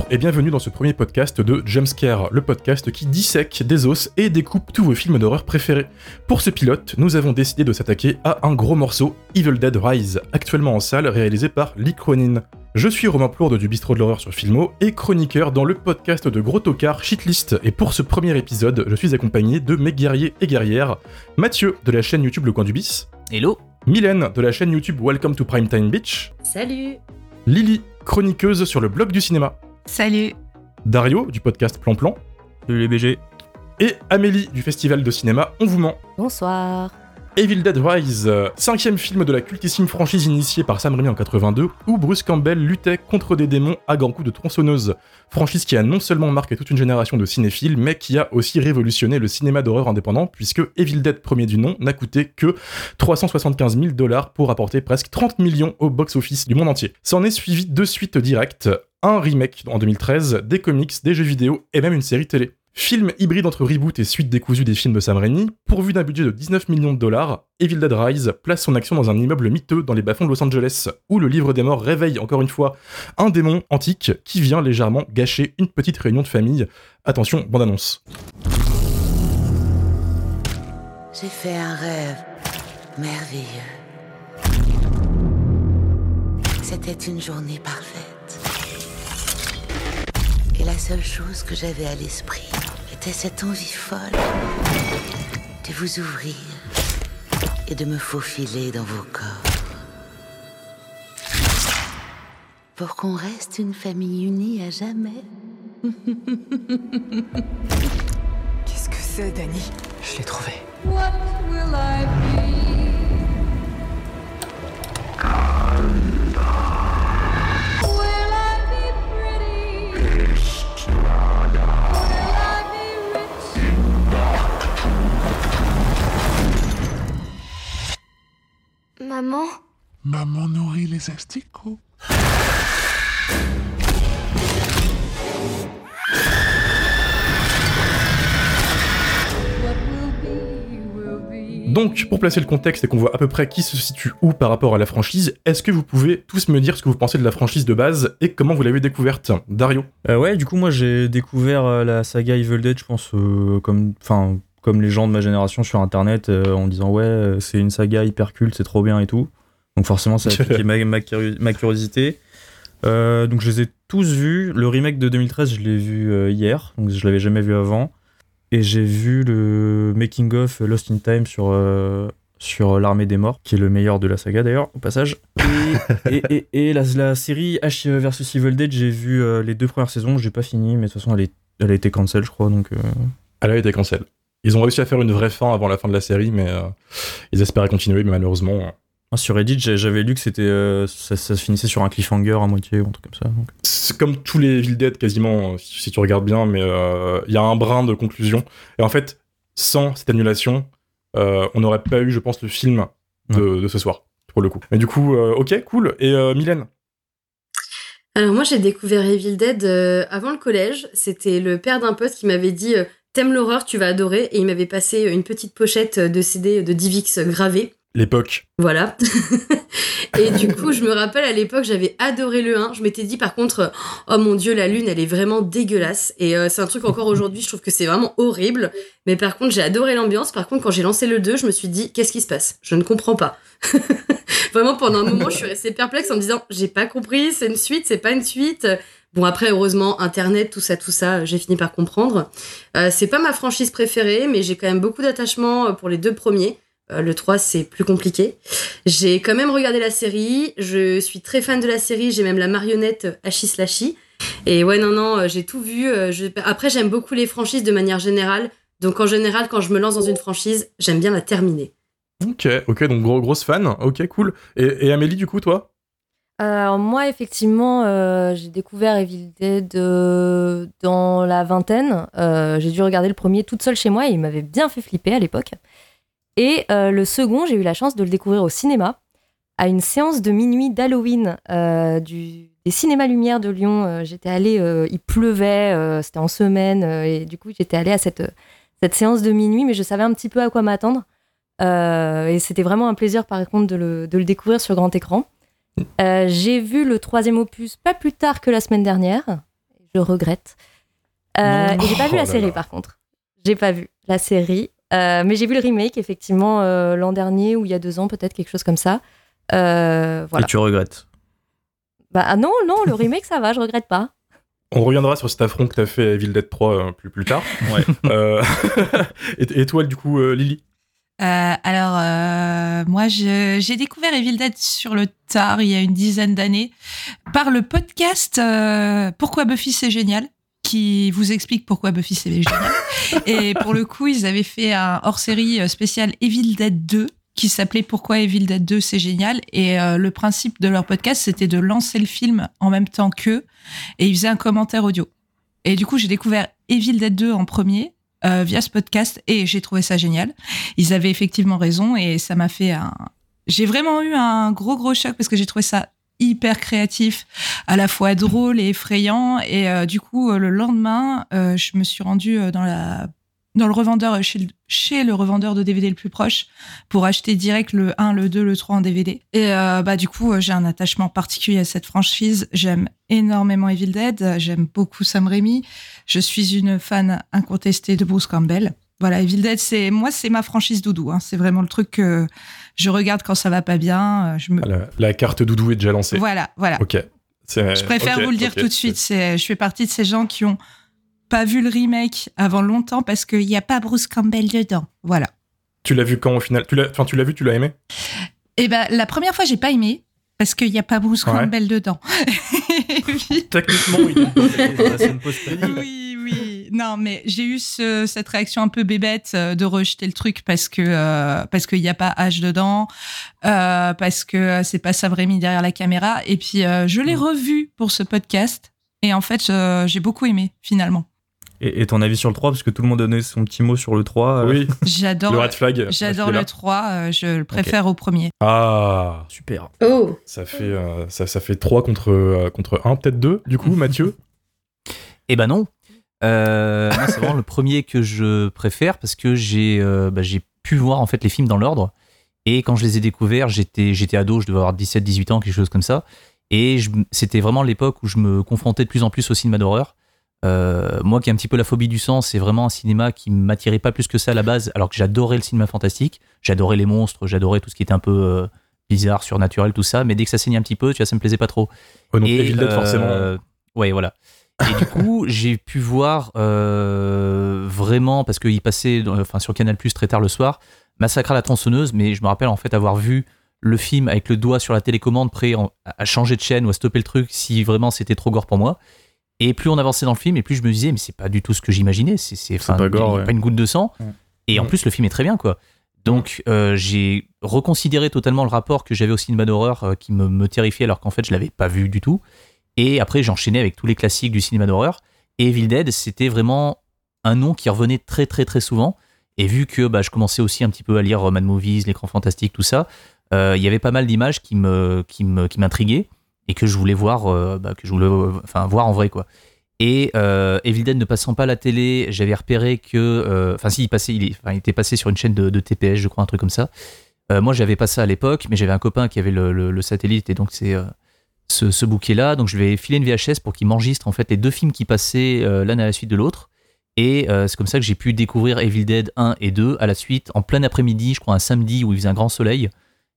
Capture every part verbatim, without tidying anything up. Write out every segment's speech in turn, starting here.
et bienvenue dans ce premier podcast de Jumpscare, le podcast qui dissèque, désosse et découpe tous vos films d'horreur préférés. Pour ce pilote, nous avons décidé de s'attaquer à un gros morceau, Evil Dead Rise, actuellement en salle, réalisé par Lee Cronin. Je suis Romain Plourde du Bistrot de l'horreur sur Filmo et chroniqueur dans le podcast de Gros Tocard Shitlist, et pour ce premier épisode, je suis accompagné de mes guerriers et guerrières, Mathieu de la chaîne YouTube Le Coin du Bis. Hello. Mylène de la chaîne YouTube Welcome to Primetime Beach. Salut. Lily, chroniqueuse sur le blog du cinéma. Salut. Dario du podcast Plan Plan. Salut les B G. Et Amélie du festival de cinéma On vous ment. Bonsoir. Evil Dead Rise, cinquième film de la cultissime franchise initiée par Sam Raimi en quatre-vingt-deux, où Bruce Campbell luttait contre des démons à grands coups de tronçonneuse. Franchise qui a non seulement marqué toute une génération de cinéphiles, mais qui a aussi révolutionné le cinéma d'horreur indépendant, puisque Evil Dead premier du nom n'a coûté que trois cent soixante-quinze mille dollars pour apporter presque trente millions au box-office du monde entier. S'en est suivi deux suites directes, un remake en deux mille treize, des comics, des jeux vidéo et même une série télé. Film hybride entre reboot et suite décousue des films de Sam Raimi, pourvu d'un budget de dix-neuf millions de dollars, Evil Dead Rise place son action dans un immeuble miteux dans les bas-fonds de Los Angeles, où le livre des morts réveille encore une fois un démon antique qui vient légèrement gâcher une petite réunion de famille. Attention, bande-annonce. J'ai fait un rêve merveilleux. C'était une journée parfaite. Et la seule chose que j'avais à l'esprit était cette envie folle de vous ouvrir et de me faufiler dans vos corps. Pour qu'on reste une famille unie à jamais. Qu'est-ce que c'est, Danny? Je l'ai trouvé. What will I be? Will I be pretty? Will I be rich? Maman? Maman nourrit les asticots. What will be, will be. Donc, pour placer le contexte et qu'on voit à peu près qui se situe où par rapport à la franchise, est-ce que vous pouvez tous me dire ce que vous pensez de la franchise de base et comment vous l'avez découverte? Dario? Euh, ouais, du coup, moi j'ai découvert euh, la saga Evil Dead, je pense, euh, comme, enfin, comme les gens de ma génération sur internet, euh, en disant ouais, euh, c'est une saga hyper culte, c'est trop bien et tout. Donc, forcément, ça a piqué ma, ma, ma curiosité. Euh, donc, je les ai tous vus. Le remake de deux mille treize, je l'ai vu euh, hier, donc je l'avais jamais vu avant. Et j'ai vu le making of Lost in Time sur, euh, sur l'Armée des Morts, qui est le meilleur de la saga d'ailleurs, au passage. Et, et, et, et la, la série Ash versus Evil Dead, j'ai vu euh, les deux premières saisons, j'ai pas fini, mais de toute façon elle, est, elle a été cancel, je crois. Donc, euh... Elle a été cancel. Ils ont réussi à faire une vraie fin avant la fin de la série, mais euh, ils espéraient continuer, mais malheureusement... Euh... Sur Reddit, j'avais lu que c'était, euh, ça, ça se finissait sur un cliffhanger à moitié, ou un truc comme ça. Donc. C'est comme tous les Evil Dead quasiment, si, si tu regardes bien, mais il euh, y a un brin de conclusion. Et en fait, sans cette annulation, euh, on n'aurait pas eu, je pense, le film de, ouais. de ce soir, pour le coup. Mais du coup, euh, ok, cool. Et euh, Mylène? Alors moi, j'ai découvert Evil Dead euh, avant le collège. C'était le père d'un pote qui m'avait dit euh, « T'aimes l'horreur, tu vas adorer ». Et il m'avait passé une petite pochette de C D de Divix gravée. L'époque. Voilà. Et du coup, je me rappelle, à l'époque, j'avais adoré le un. Je m'étais dit, par contre, oh mon Dieu, la lune, elle est vraiment dégueulasse. Et euh, c'est un truc, encore aujourd'hui, je trouve que c'est vraiment horrible. Mais par contre, j'ai adoré l'ambiance. Par contre, quand j'ai lancé le deux, je me suis dit, qu'est-ce qui se passe? Je ne comprends pas. Vraiment, pendant un moment, je suis restée perplexe en me disant, j'ai pas compris, c'est une suite, c'est pas une suite. Bon, après, heureusement, Internet, tout ça, tout ça, j'ai fini par comprendre. Euh, c'est pas ma franchise préférée, mais j'ai quand même beaucoup d'attachement pour les deux premiers. Euh, le trois, c'est plus compliqué. J'ai quand même regardé la série. Je suis très fan de la série. J'ai même la marionnette Hachi Slashy. Et ouais, non, non, j'ai tout vu. Je... Après, j'aime beaucoup les franchises de manière générale. Donc, en général, quand je me lance dans une franchise, j'aime bien la terminer. Ok, ok, donc gros, grosse fan. Ok, cool. Et, et Amélie, du coup, toi? Alors moi, effectivement, euh, j'ai découvert Evil Dead euh, dans la vingtaine. Euh, j'ai dû regarder le premier toute seule chez moi et il m'avait bien fait flipper à l'époque. Et euh, le second, j'ai eu la chance de le découvrir au cinéma, à une séance de minuit d'Halloween euh, du, des cinémas Lumière de Lyon. Euh, j'étais allée, euh, il pleuvait, euh, c'était en semaine, euh, et du coup, j'étais allée à cette, cette séance de minuit, mais je savais un petit peu à quoi m'attendre. Euh, et c'était vraiment un plaisir, par contre, de le, de le découvrir sur grand écran. Euh, j'ai vu le troisième opus pas plus tard que la semaine dernière. je regrette. Euh, Non. et j'ai pas vu Oh la là série là. par contre. J'ai pas vu la série. Euh, mais j'ai vu le remake effectivement euh, l'an dernier ou il y a deux ans peut-être, quelque chose comme ça. Euh, voilà. Et tu regrettes. Bah ah non, non, le remake ça va, je regrette pas. On reviendra sur cet affront que t'as fait à Evil Dead trois euh, plus, plus tard. Ouais. Euh, et, et toi, du coup, euh, Lily? Euh, alors, euh, moi, je- j'ai découvert Evil Dead sur le tard, il y a une dizaine d'années, par le podcast euh, Pourquoi Buffy c'est génial, qui vous explique pourquoi Buffy c'est génial. Et pour le coup, ils avaient fait un hors-série spécial Evil Dead deux, qui s'appelait Pourquoi Evil Dead deux c'est génial. Et euh, le principe de leur podcast, c'était de lancer le film en même temps qu'eux, et ils faisaient un commentaire audio. Et du coup, j'ai découvert Evil Dead deux en premier, euh, via ce podcast, et j'ai trouvé ça génial. Ils avaient effectivement raison, et ça m'a fait un... J'ai vraiment eu un gros, gros choc, parce que j'ai trouvé ça hyper créatif, à la fois drôle et effrayant. Et euh, du coup, euh, le lendemain, euh, je me suis rendue euh, dans la... dans le revendeur, chez le, chez le revendeur de D V D le plus proche, pour acheter direct le un, le deux, le trois en D V D. Et euh, bah du coup, euh, j'ai un attachement particulier à cette franchise. J'aime énormément Evil Dead, j'aime beaucoup Sam Raimi. Je suis une fan incontestée de Bruce Campbell. Voilà, Evil Dead, c'est moi, c'est ma franchise doudou. Hein. C'est vraiment le truc que je regarde quand ça va pas bien. Je me... La, la carte doudou est déjà lancée. Voilà, voilà. Ok. C'est- Je préfère ok, vous le dire ok. tout de suite. C'est, je fais partie de ces gens qui ont pas vu le remake avant longtemps parce qu'il n'y a pas Bruce Campbell dedans. Voilà. Tu l'as vu quand au final? Tu l'as, enfin, tu l'as vu, tu l'as aimé? Et ben, la première fois, j'ai pas aimé parce qu'il n'y a pas Bruce Ouais. Campbell dedans. oui, Techniquement, il est Dans la scène post-crédit. oui, oui. Non, mais j'ai eu ce- cette réaction un peu bébête euh, de rejeter le truc parce que euh, parce qu'il n'y a pas H dedans, euh, parce que c'est pas Sam Raimi derrière la caméra. Et puis euh, je l'ai revu pour ce podcast et en fait, euh, j'ai beaucoup aimé finalement. Et, et ton avis sur le trois, parce que tout le monde donnait son petit mot sur le trois. euh, Oui, J'adore. le red flag. J'adore celui-là. le trois, euh, je le préfère au premier. Ah, Super. Oh, ça fait, euh, ça, ça fait trois contre, euh, contre un, peut-être deux, du coup, Mathieu. Eh ben non. Euh, moi, c'est vraiment le premier que je préfère parce que j'ai euh, bah, j'ai pu voir en fait les films dans l'ordre. Et quand je les ai découverts, j'étais j'étais ado, je devais avoir dix-sept dix-huit ans, quelque chose comme ça. Et je- c'était vraiment l'époque où je me confrontais de plus en plus au cinéma d'horreur. Euh, moi qui ai un petit peu la phobie du sang, c'est vraiment un cinéma qui m'attirait pas plus que ça à la base, alors que j'adorais le cinéma fantastique, j'adorais les monstres, j'adorais tout ce qui était un peu euh, bizarre, surnaturel, tout ça, mais dès que ça saignait un petit peu, tu vois, ça me plaisait pas trop. Oh, donc Et, Evil Dead, euh, forcément. Ouais, voilà. Et du coup, j'ai pu voir euh, vraiment, parce qu'il passait dans- enfin, sur Canal Plus très tard le soir, Massacre à la tronçonneuse, mais je me rappelle en fait avoir vu le film avec le doigt sur la télécommande, prêt en- à changer de chaîne ou à stopper le truc si vraiment c'était trop gore pour moi. Et plus on avançait dans le film, et plus je me disais, mais c'est pas du tout ce que j'imaginais. C'est, c'est, enfin, pas gore, il y a ouais. pas une goutte de sang. Ouais. Et en Ouais. plus, le film est très bien, quoi. Donc, euh, j'ai reconsidéré totalement le rapport que j'avais au cinéma d'horreur euh, qui me, me terrifiait alors qu'en fait, je l'avais pas vu du tout. Et après, j'ai enchaîné avec tous les classiques du cinéma d'horreur. Et Evil Dead, c'était vraiment un nom qui revenait très, très, très souvent. Et vu que bah, je commençais aussi un petit peu à lire Mad Movies, l'écran fantastique, tout ça, euh, il y avait pas mal d'images qui, me, qui, me, qui m'intriguaient et que je voulais voir, euh, bah, que je voulais, euh, enfin, voir en vrai, quoi. Et euh, Evil Dead ne passant pas à la télé, j'avais repéré que, euh, enfin si, il passait, il, est- enfin, il était passé sur une chaîne de, de T P S, je crois, un truc comme ça. Euh, moi, j'avais pas ça à l'époque, mais j'avais un copain qui avait le, le- le satellite et donc c'est euh, ce, ce bouquet-là. Donc je lui ai filé une V H S pour qu'il m'enregistre en fait les deux films qui passaient euh, l'un à la suite de l'autre. Et euh, c'est comme ça que j'ai pu découvrir Evil Dead un et deux à la suite en plein après-midi, je crois un samedi où il faisait un grand soleil.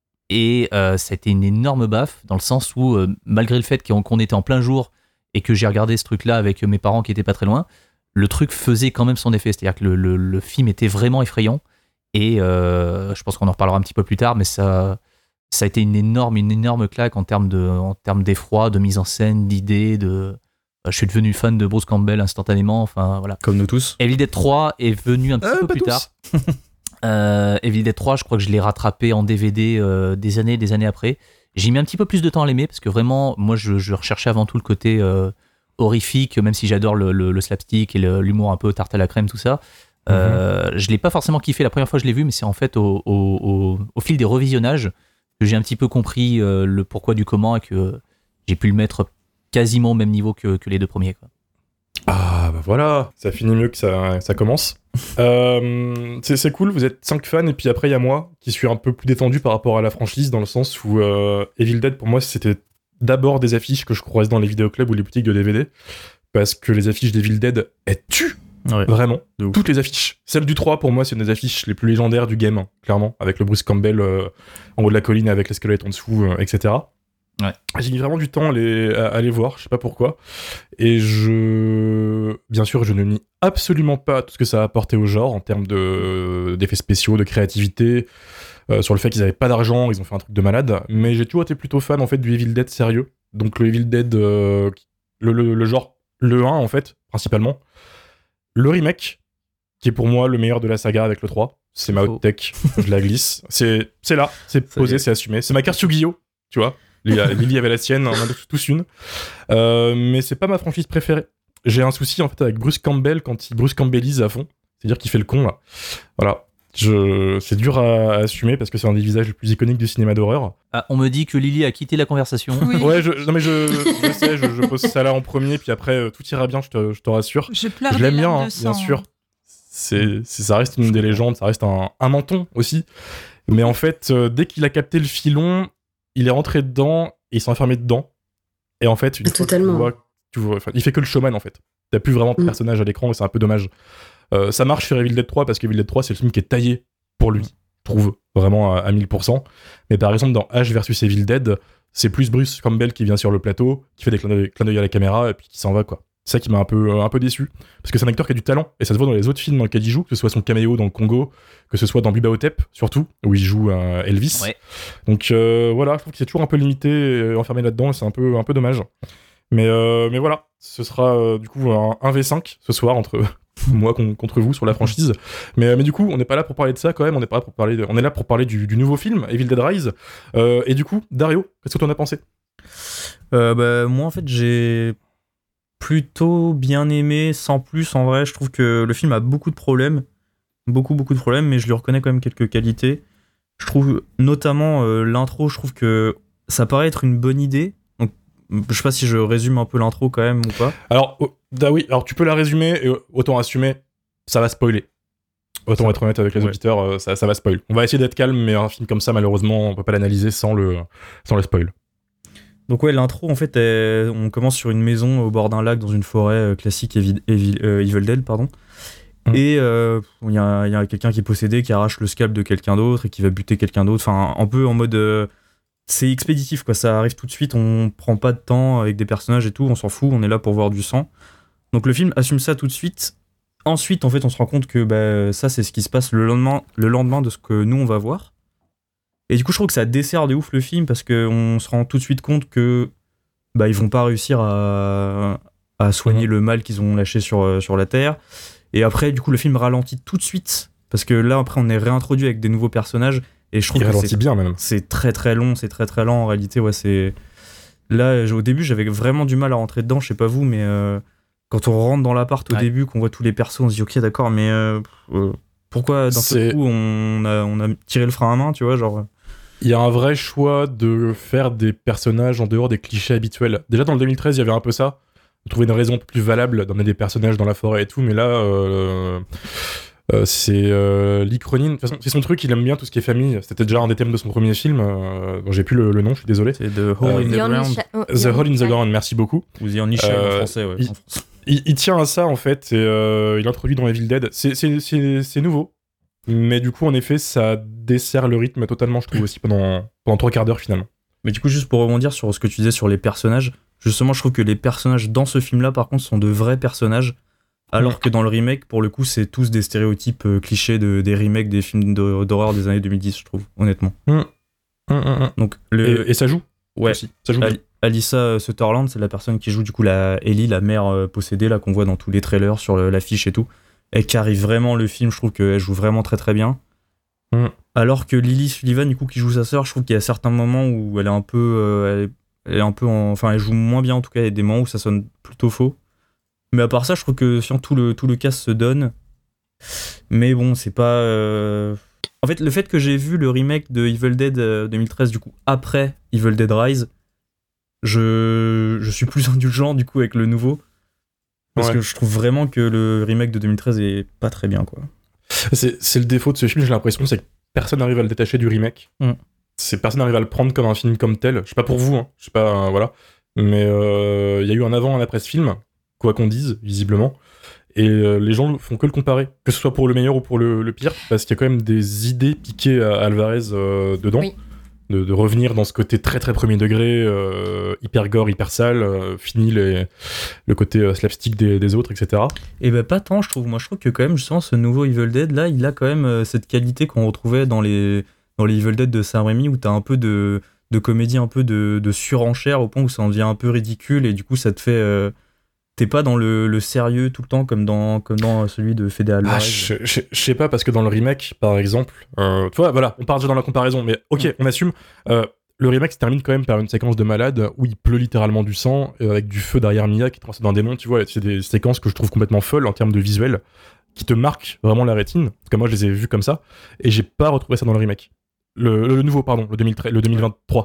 Et euh, ça a été une énorme baffe dans le sens où euh, malgré le fait qu'on qu'on était en plein jour et que j'ai regardé ce truc-là avec mes parents qui étaient pas très loin, le truc faisait quand même son effet. C'est-à-dire que le, le- le film était vraiment effrayant. Et euh, je pense qu'on en reparlera un petit peu plus tard, mais ça, ça a été une énorme, une énorme claque en termes, de, en termes d'effroi, de mise en scène, d'idées. De... Je suis devenu fan de Bruce Campbell instantanément. Enfin, voilà. Comme nous tous. Evil Dead trois est venu un petit Euh, peu pas plus tous. tard. Euh, Evil Dead trois, je crois que je l'ai rattrapé en D V D euh, des années des années après. J'ai mis un petit peu plus de temps à l'aimer parce que vraiment, moi, je, je recherchais avant tout le côté euh, horrifique, même si j'adore le, le- le slapstick et le- l'humour un peu tarte à la crème, tout ça. Euh, je l'ai pas forcément kiffé la première fois que je l'ai vu, mais c'est en fait au, au- au- au fil des revisionnages que j'ai un petit peu compris euh, le pourquoi du comment et que j'ai pu le mettre quasiment au même niveau que, que les deux premiers, quoi. Ah, bah voilà, ça finit mieux que ça, ça commence. Euh, c'est, c'est cool, vous êtes cinq fans, et puis après, il y a moi, qui suis un peu plus détendu par rapport à la franchise, dans le sens où euh, Evil Dead, pour moi, c'était d'abord des affiches que je croise dans les vidéoclubs ou les boutiques de D V D, parce que les affiches d'Evil Dead, elles tuent. Ouais. Vraiment, De ouf. toutes les affiches. Celle du trois, pour moi, c'est une des affiches les plus légendaires du game, hein, clairement, avec le Bruce Campbell euh, en haut de la colline avec les squelettes en dessous, euh, et cetera. Ouais. J'ai mis vraiment du temps à les, à, à les voir, je sais pas pourquoi. Et je... Bien sûr, je ne nie absolument pas tout ce que ça a apporté au genre en termes de, d'effets spéciaux, de créativité, euh, sur le fait qu'ils avaient pas d'argent, ils ont fait un truc de malade. Mais j'ai toujours été plutôt fan, en fait, du Evil Dead sérieux. Donc le Evil Dead, euh, le, le, le genre, le un, en fait, principalement. Le remake, qui est pour moi le meilleur de la saga avec le trois. C'est ma hot take, je la glisse. C'est, c'est là, c'est Ça y posé, est. c'est assumé. C'est ma carte Yu-Gi-Oh, tu vois. Lily avait la sienne, on en a tous une. Euh, mais c'est pas ma franchise préférée. J'ai un souci en fait avec Bruce Campbell quand il Bruce Campbellise à fond. C'est-à-dire qu'il fait le con là. Voilà. Je... C'est dur à, à assumer parce que c'est un des visages les plus iconiques du cinéma d'horreur. Ah, on me dit que Lily a quitté la conversation. Oui. Ouais, je, non mais je, je sais, je, je pose ça là en premier, puis après euh, tout ira bien, je te, je te rassure. Je pleure Je des l'aime bien, larmes hein, de bien sang. sûr. C'est, c'est, ça reste une des légendes, ça reste un, un menton aussi. Mais en fait, euh, dès qu'il a capté le filon, il est rentré dedans et il s'est enfermé dedans. Et en fait, une fois que tu Totalement. vois, tu vois, enfin, il fait que le showman en fait. T'as plus vraiment de Mm. personnage à l'écran et c'est un peu dommage. Euh, ça marche sur Evil Dead trois parce que Evil Dead trois, c'est le film qui est taillé pour lui, je trouve, vraiment à, à mille pour cent. Mais par exemple, dans Ash versus Evil Dead, c'est plus Bruce Campbell qui vient sur le plateau, qui fait des clins d'œil, clins d'œil à la caméra et puis qui s'en va, quoi. C'est ça qui m'a un peu, euh, un peu déçu. Parce que c'est un acteur qui a du talent, et ça se voit dans les autres films dans lesquels il joue, que ce soit son caméo dans le Congo, que ce soit dans Bubba Hotep, surtout, où il joue euh, Elvis. Ouais. Donc euh, voilà, je trouve qu'il s'est toujours un peu limité, euh, enfermé là-dedans, et c'est un peu, un peu dommage. Mais, euh, mais voilà, ce sera euh, du coup un un v cinq ce soir entre moi con- contre vous sur la franchise. Mais, euh, mais du coup, on n'est pas là pour parler de ça quand même, on est, pas là pour parler de- on est là pour parler du, du nouveau film, Evil Dead Rise. Euh, et du coup, Dario, qu'est-ce que t'en as pensé? Euh, bah, moi, en fait, j'ai plutôt bien aimé, sans plus. En vrai, je trouve que le film a beaucoup de problèmes. Beaucoup, beaucoup de problèmes, mais je lui reconnais quand même quelques qualités. Je trouve notamment euh, l'intro, je trouve que ça paraît être une bonne idée. Donc, je sais pas si je résume un peu l'intro quand même ou pas. Alors, oh, bah oui, alors tu peux la résumer, et autant assumer, ça va spoiler. Autant être honnête avec les Ouais. auditeurs, euh, ça, ça va spoil. On va essayer d'être calme, mais un film comme ça, malheureusement, on peut pas l'analyser sans le, sans le spoil. Donc ouais, l'intro, en fait, elle- on commence sur une maison au bord d'un lac dans une forêt euh, classique Evil, Evil, euh, Evil Dead, pardon. Mm. Et euh, il y a, il y a quelqu'un qui est possédé, qui arrache le scalp de quelqu'un d'autre et qui va buter quelqu'un d'autre. Enfin, un peu en mode... euh, c'est expéditif, quoi. Ça arrive tout de suite, on prend pas de temps avec des personnages et tout, on s'en fout, on est là pour voir du sang. Donc le film assume ça tout de suite. Ensuite, en fait, on se rend compte que bah, ça, c'est ce qui se passe le lendemain, le lendemain de ce que nous, on va voir. Et du coup, je trouve que ça dessert de ouf le film parce qu'on se rend tout de suite compte que bah, ils vont pas réussir à, à soigner Mhm. le mal qu'ils ont lâché sur, euh, sur la Terre. Et après, du coup, le film ralentit tout de suite parce que là, après, on est réintroduit avec des nouveaux personnages. Et je trouve Il que ralentit c'est, bien, même. c'est très très long, c'est très très lent en réalité. Ouais, c'est... Là, j- au début, j'avais vraiment du mal à rentrer dedans, je sais pas vous, mais euh, quand on rentre dans l'appart au Ouais. début, qu'on voit tous les persos, on se dit ok, d'accord, mais euh, euh, pourquoi d'un C'est- seul coup on a, on a tiré le frein à main, tu vois, genre. Il y a un vrai choix de faire des personnages en dehors des clichés habituels. Déjà, dans le deux mille treize, il y avait un peu ça. De trouver une raison plus valable d'emmener des personnages dans la forêt et tout, mais là... euh, Euh, c'est euh, Lee Cronin, de toute façon, c'est son truc, il aime bien tout ce qui est famille. C'était déjà un des thèmes de son premier film, euh, dont j'ai plus le, le nom, je suis désolé. C'est The Hole Euh, in the The Only Ground. Sha- oh, The Hole in the Ground, merci beaucoup. Ou The Only Child Euh, en français, ouais. il- en français. Il, il tient à ça en fait, et euh, il introduit dans Evil Dead. C'est, c'est, c'est, c'est nouveau, mais du coup, en effet, ça dessert le rythme totalement, je trouve, aussi pendant, pendant trois quarts d'heure finalement. Mais du coup, juste pour rebondir sur ce que tu disais sur les personnages, justement, je trouve que les personnages dans ce film-là, par contre, sont de vrais personnages. Alors Mm. que dans le remake, pour le coup, c'est tous des stéréotypes euh, clichés de, des remakes des films d'hor- d'horreur des années deux mille dix, je trouve, honnêtement. Hum, hum, hum. Donc, le, Et, et ça joue ouais, aussi. Ça joue bien. Ali- Alyssa Sutherland, c'est la personne qui joue du coup la Ellie, la mère euh, possédée, là, qu'on voit dans tous les trailers, sur le- l'affiche et tout. Elle carry vraiment le film, je trouve qu'elle joue vraiment très très bien. Mm. Alors que Lily Sullivan, du coup, qui joue sa sœur, je trouve qu'il y a certains moments où elle est un peu. euh, elle, est, elle est un peu en- enfin, elle joue moins bien en tout cas, il y a des moments où ça sonne plutôt faux. Mais à part ça, je trouve que sinon, tout le, tout le cast se donne. Mais bon, c'est pas. euh, En fait, le fait que j'ai vu le remake de Evil Dead euh, deux mille treize, du coup, après Evil Dead Rise, je, je suis plus indulgent du coup avec le nouveau. Parce Ouais. que je trouve vraiment que le remake de deux mille treize est pas très bien, quoi. C'est, c'est le défaut de ce film, j'ai l'impression, c'est que personne n'arrive à le détacher du remake. Mm. C'est, personne n'arrive à le prendre comme un film comme tel. Je sais pas pour vous, hein, je sais pas, euh, voilà. Mais euh, il y a eu un avant et un après ce film. quoi qu'on dise, visiblement. Et euh, les gens font que le comparer, que ce soit pour le meilleur ou pour le, le pire, parce qu'il y a quand même des idées piquées à Alvarez euh, dedans. Oui. De, de revenir dans ce côté très très premier degré, euh, hyper gore, hyper sale, euh, fini les, le côté euh, slapstick des, des autres, et cetera. Et ben pas tant, je trouve. Moi, je trouve que quand même, justement, ce nouveau Evil Dead, là, il a quand même euh, cette qualité qu'on retrouvait dans les, dans les Evil Dead de Sam Raimi, où t'as un peu de, de comédie, un peu de, de surenchère, au point où ça en devient un peu ridicule, et du coup, ça te fait... Euh, t'es pas dans le, le sérieux tout le temps, comme dans, comme dans celui de Fede Alvarez. Ah, je, je, je sais pas, parce que dans le remake, par exemple, euh, tu vois, voilà, on part déjà dans la comparaison, mais ok, Ouais. on assume. Euh, le remake se termine quand même par une séquence de malade où il pleut littéralement du sang, euh, avec du feu derrière Mia qui transforme en démon, tu vois, c'est des séquences que je trouve complètement folles en termes de visuel, qui te marquent vraiment la rétine, parce que moi je les ai vues comme ça, et j'ai pas retrouvé ça dans le remake. Le, le, le nouveau, pardon, le, deux mille treize, le deux mille vingt-trois.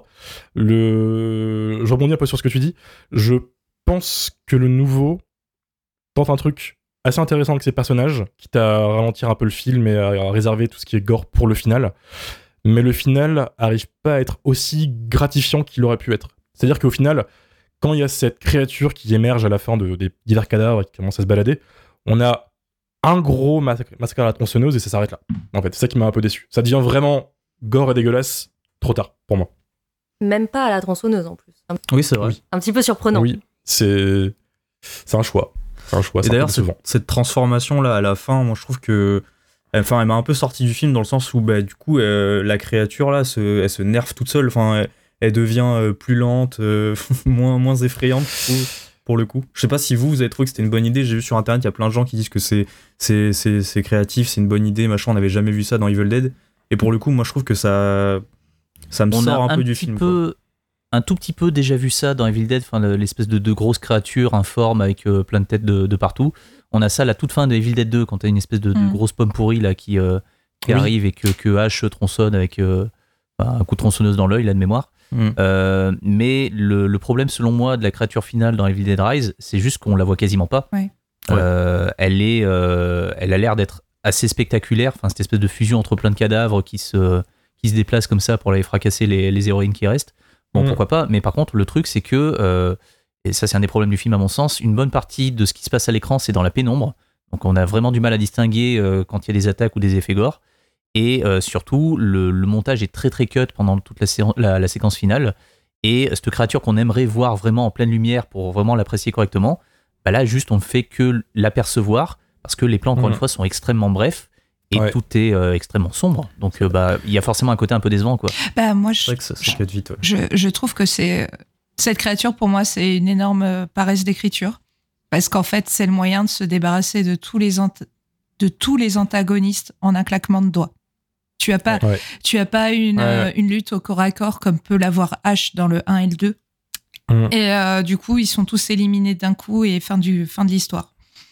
Le... Je rebondis un peu sur ce que tu dis. Je pense que le nouveau tente un truc assez intéressant avec ses personnages, quitte à ralentir un peu le film et à réserver tout ce qui est gore pour le final. Mais le final arrive pas à être aussi gratifiant qu'il aurait pu être. C'est-à-dire qu'au final, quand il y a cette créature qui émerge à la fin de, des divers cadavres et qui commence à se balader, on a un gros massacre, massacre à la tronçonneuse et ça s'arrête là. En fait, c'est ça qui m'a un peu déçu. Ça devient vraiment gore et dégueulasse trop tard pour moi. Même pas à la tronçonneuse en plus. Un, Oui, c'est vrai. Oui. un petit peu surprenant. Oui, c'est c'est un choix. C'est un choix. Et c'est un d'ailleurs, peu cette, décevant. cette transformation-là, à la fin, moi, je trouve que... Enfin, elle m'a un peu sorti du film dans le sens où, bah, du coup, euh, la créature, là, se, elle se nerve toute seule. Enfin, elle, elle devient euh, plus lente, euh, moins, moins effrayante, je trouve, pour le coup. Je sais pas si vous, vous avez trouvé que c'était une bonne idée. J'ai vu sur Internet, il y a plein de gens qui disent que c'est, c'est, c'est, c'est créatif, c'est une bonne idée, machin. On n'avait jamais vu ça dans Evil Dead. Et pour le coup, moi, je trouve que ça, ça me On sort a un, un peu du petit film. peu, un tout petit peu déjà vu ça dans Evil Dead, enfin, le- l'espèce de, de grosse créature informe avec euh, plein de têtes de, de partout. On a ça à la toute fin de Evil Dead deux, quand t'as une espèce de, de Mm. grosse pomme pourrie là, qui, euh, qui Oui. arrive et que, que H tronçonne avec euh, bah, un coup de tronçonneuse dans l'œil, là, de mémoire. Mm. Euh, mais le, le problème, selon moi, de la créature finale dans Evil Dead Rise, c'est juste qu'on la voit quasiment pas. Ouais. Euh, elle, est, euh, elle a l'air d'être assez spectaculaire, enfin, cette espèce de fusion entre plein de cadavres qui se, qui se déplacent comme ça pour aller fracasser les, les héroïnes qui restent. Bon, Mm. pourquoi pas, mais par contre, le truc, c'est que, euh, et ça, c'est un des problèmes du film à mon sens, une bonne partie de ce qui se passe à l'écran, c'est dans la pénombre. Donc, on a vraiment du mal à distinguer euh, quand il y a des attaques ou des effets gore. Et euh, surtout, le, le montage est très très cut pendant toute la, sé- la, la séquence finale. Et cette créature qu'on aimerait voir vraiment en pleine lumière pour vraiment l'apprécier correctement, bah là, juste, on ne fait que l'apercevoir parce que les plans, encore Mhm. une fois, sont extrêmement brefs et Ouais. tout est euh, extrêmement sombre. Donc, euh, bah, il y a forcément un côté un peu décevant, quoi. Bah, moi, C'est je, vrai que ça, ça cut vite. Ouais. je, je trouve que c'est cette créature, pour moi, c'est une énorme euh, paresse d'écriture. Parce qu'en fait, c'est le moyen de se débarrasser de tous les, ant- de tous les antagonistes en un claquement de doigts. Tu as pas, Ouais. tu as pas une, Ouais, euh, ouais. une lutte au corps à corps comme peut l'avoir H dans le un et le deux. Mm. Et euh, du coup, ils sont tous éliminés d'un coup et fin, du, fin de l'histoire.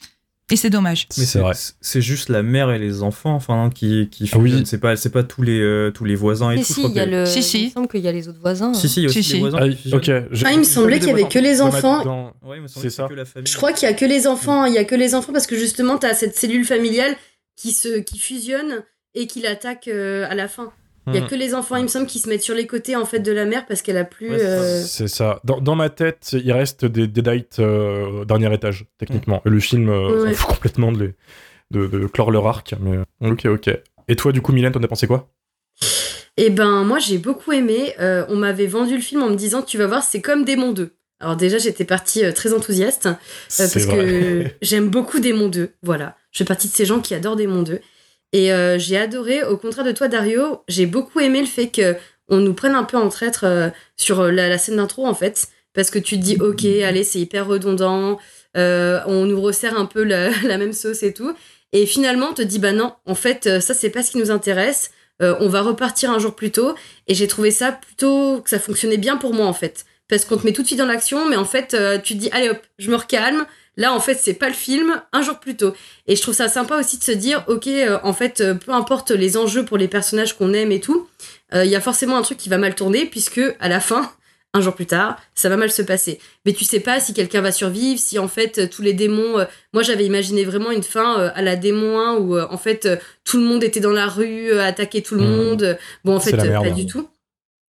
Et c'est dommage. Mais C'est c'est vrai. c'est juste la mère et les enfants, enfin, qui, qui Oui. fusionnent. C'est pas, c'est pas tous les, euh, tous les voisins et Mais tout. je si, crois il y a que- le. Si, si. Il me semble qu'il y a les autres voisins. Si, si, il y a aussi Si, les si. voisins. Ah, qui fusionnent. ok. j'ai- Ah, il me semblait qu'il y avait que les Dans ma- enfants. dans- Ouais, mais C'est ça. que la famille. Je crois qu'il y a que les enfants, il y a que les enfants parce que justement, tu as cette cellule familiale qui, se, qui fusionne et qui l'attaque euh, à la fin. Il y a Hmm. que les enfants, il me semble, qui se mettent sur les côtés en fait de la mère parce qu'elle a plus. Ouais, c'est ça. euh, C'est ça. Dans, dans ma tête, il reste des Deadites euh, au dernier étage, techniquement. Et le film euh, Ouais. s'en fout complètement de, les- de, de clore leur arc. Mais... euh, Ok, ok. Et toi, du coup, Mylène, t'en as pensé quoi? Eh ben, moi, j'ai beaucoup aimé. Euh, on m'avait vendu le film en me disant, tu vas voir, c'est comme Démon deux. Alors déjà, j'étais partie euh, très enthousiaste euh, C'est parce vrai. que j'aime beaucoup Démon deux. Voilà, je fais partie de ces gens qui adorent Démon deux. Et euh, j'ai adoré, au contraire de toi, Dario, j'ai beaucoup aimé le fait que on nous prenne un peu en traître euh, sur la, la scène d'intro, en fait. Parce que tu te dis, ok, allez, c'est hyper redondant. euh, on nous resserre un peu la, la même sauce et tout. Et finalement, on te dit, bah non, en fait, euh, ça, c'est pas ce qui nous intéresse. Euh, on va repartir un jour plus tôt. Et j'ai trouvé ça plutôt que ça fonctionnait bien pour moi, en fait. Parce qu'on te met tout de suite dans l'action, mais en fait, euh, tu te dis, allez hop, je me recalme. Là, en fait, c'est pas le film, un jour plus tôt. Et je trouve ça sympa aussi de se dire, ok, euh, en fait, euh, peu importe les enjeux pour les personnages qu'on aime et tout, il y a forcément un truc qui va mal tourner, puisque à la fin, un jour plus tard, ça va mal se passer. Mais tu sais pas si quelqu'un va survivre, si en fait, euh, tous les démons... euh, moi, j'avais imaginé vraiment une fin euh, à la démon un, où euh, en fait, euh, tout le monde était dans la rue, euh, attaquer tout le Mmh. monde. Bon, en C'est fait, la euh, merde. pas du tout.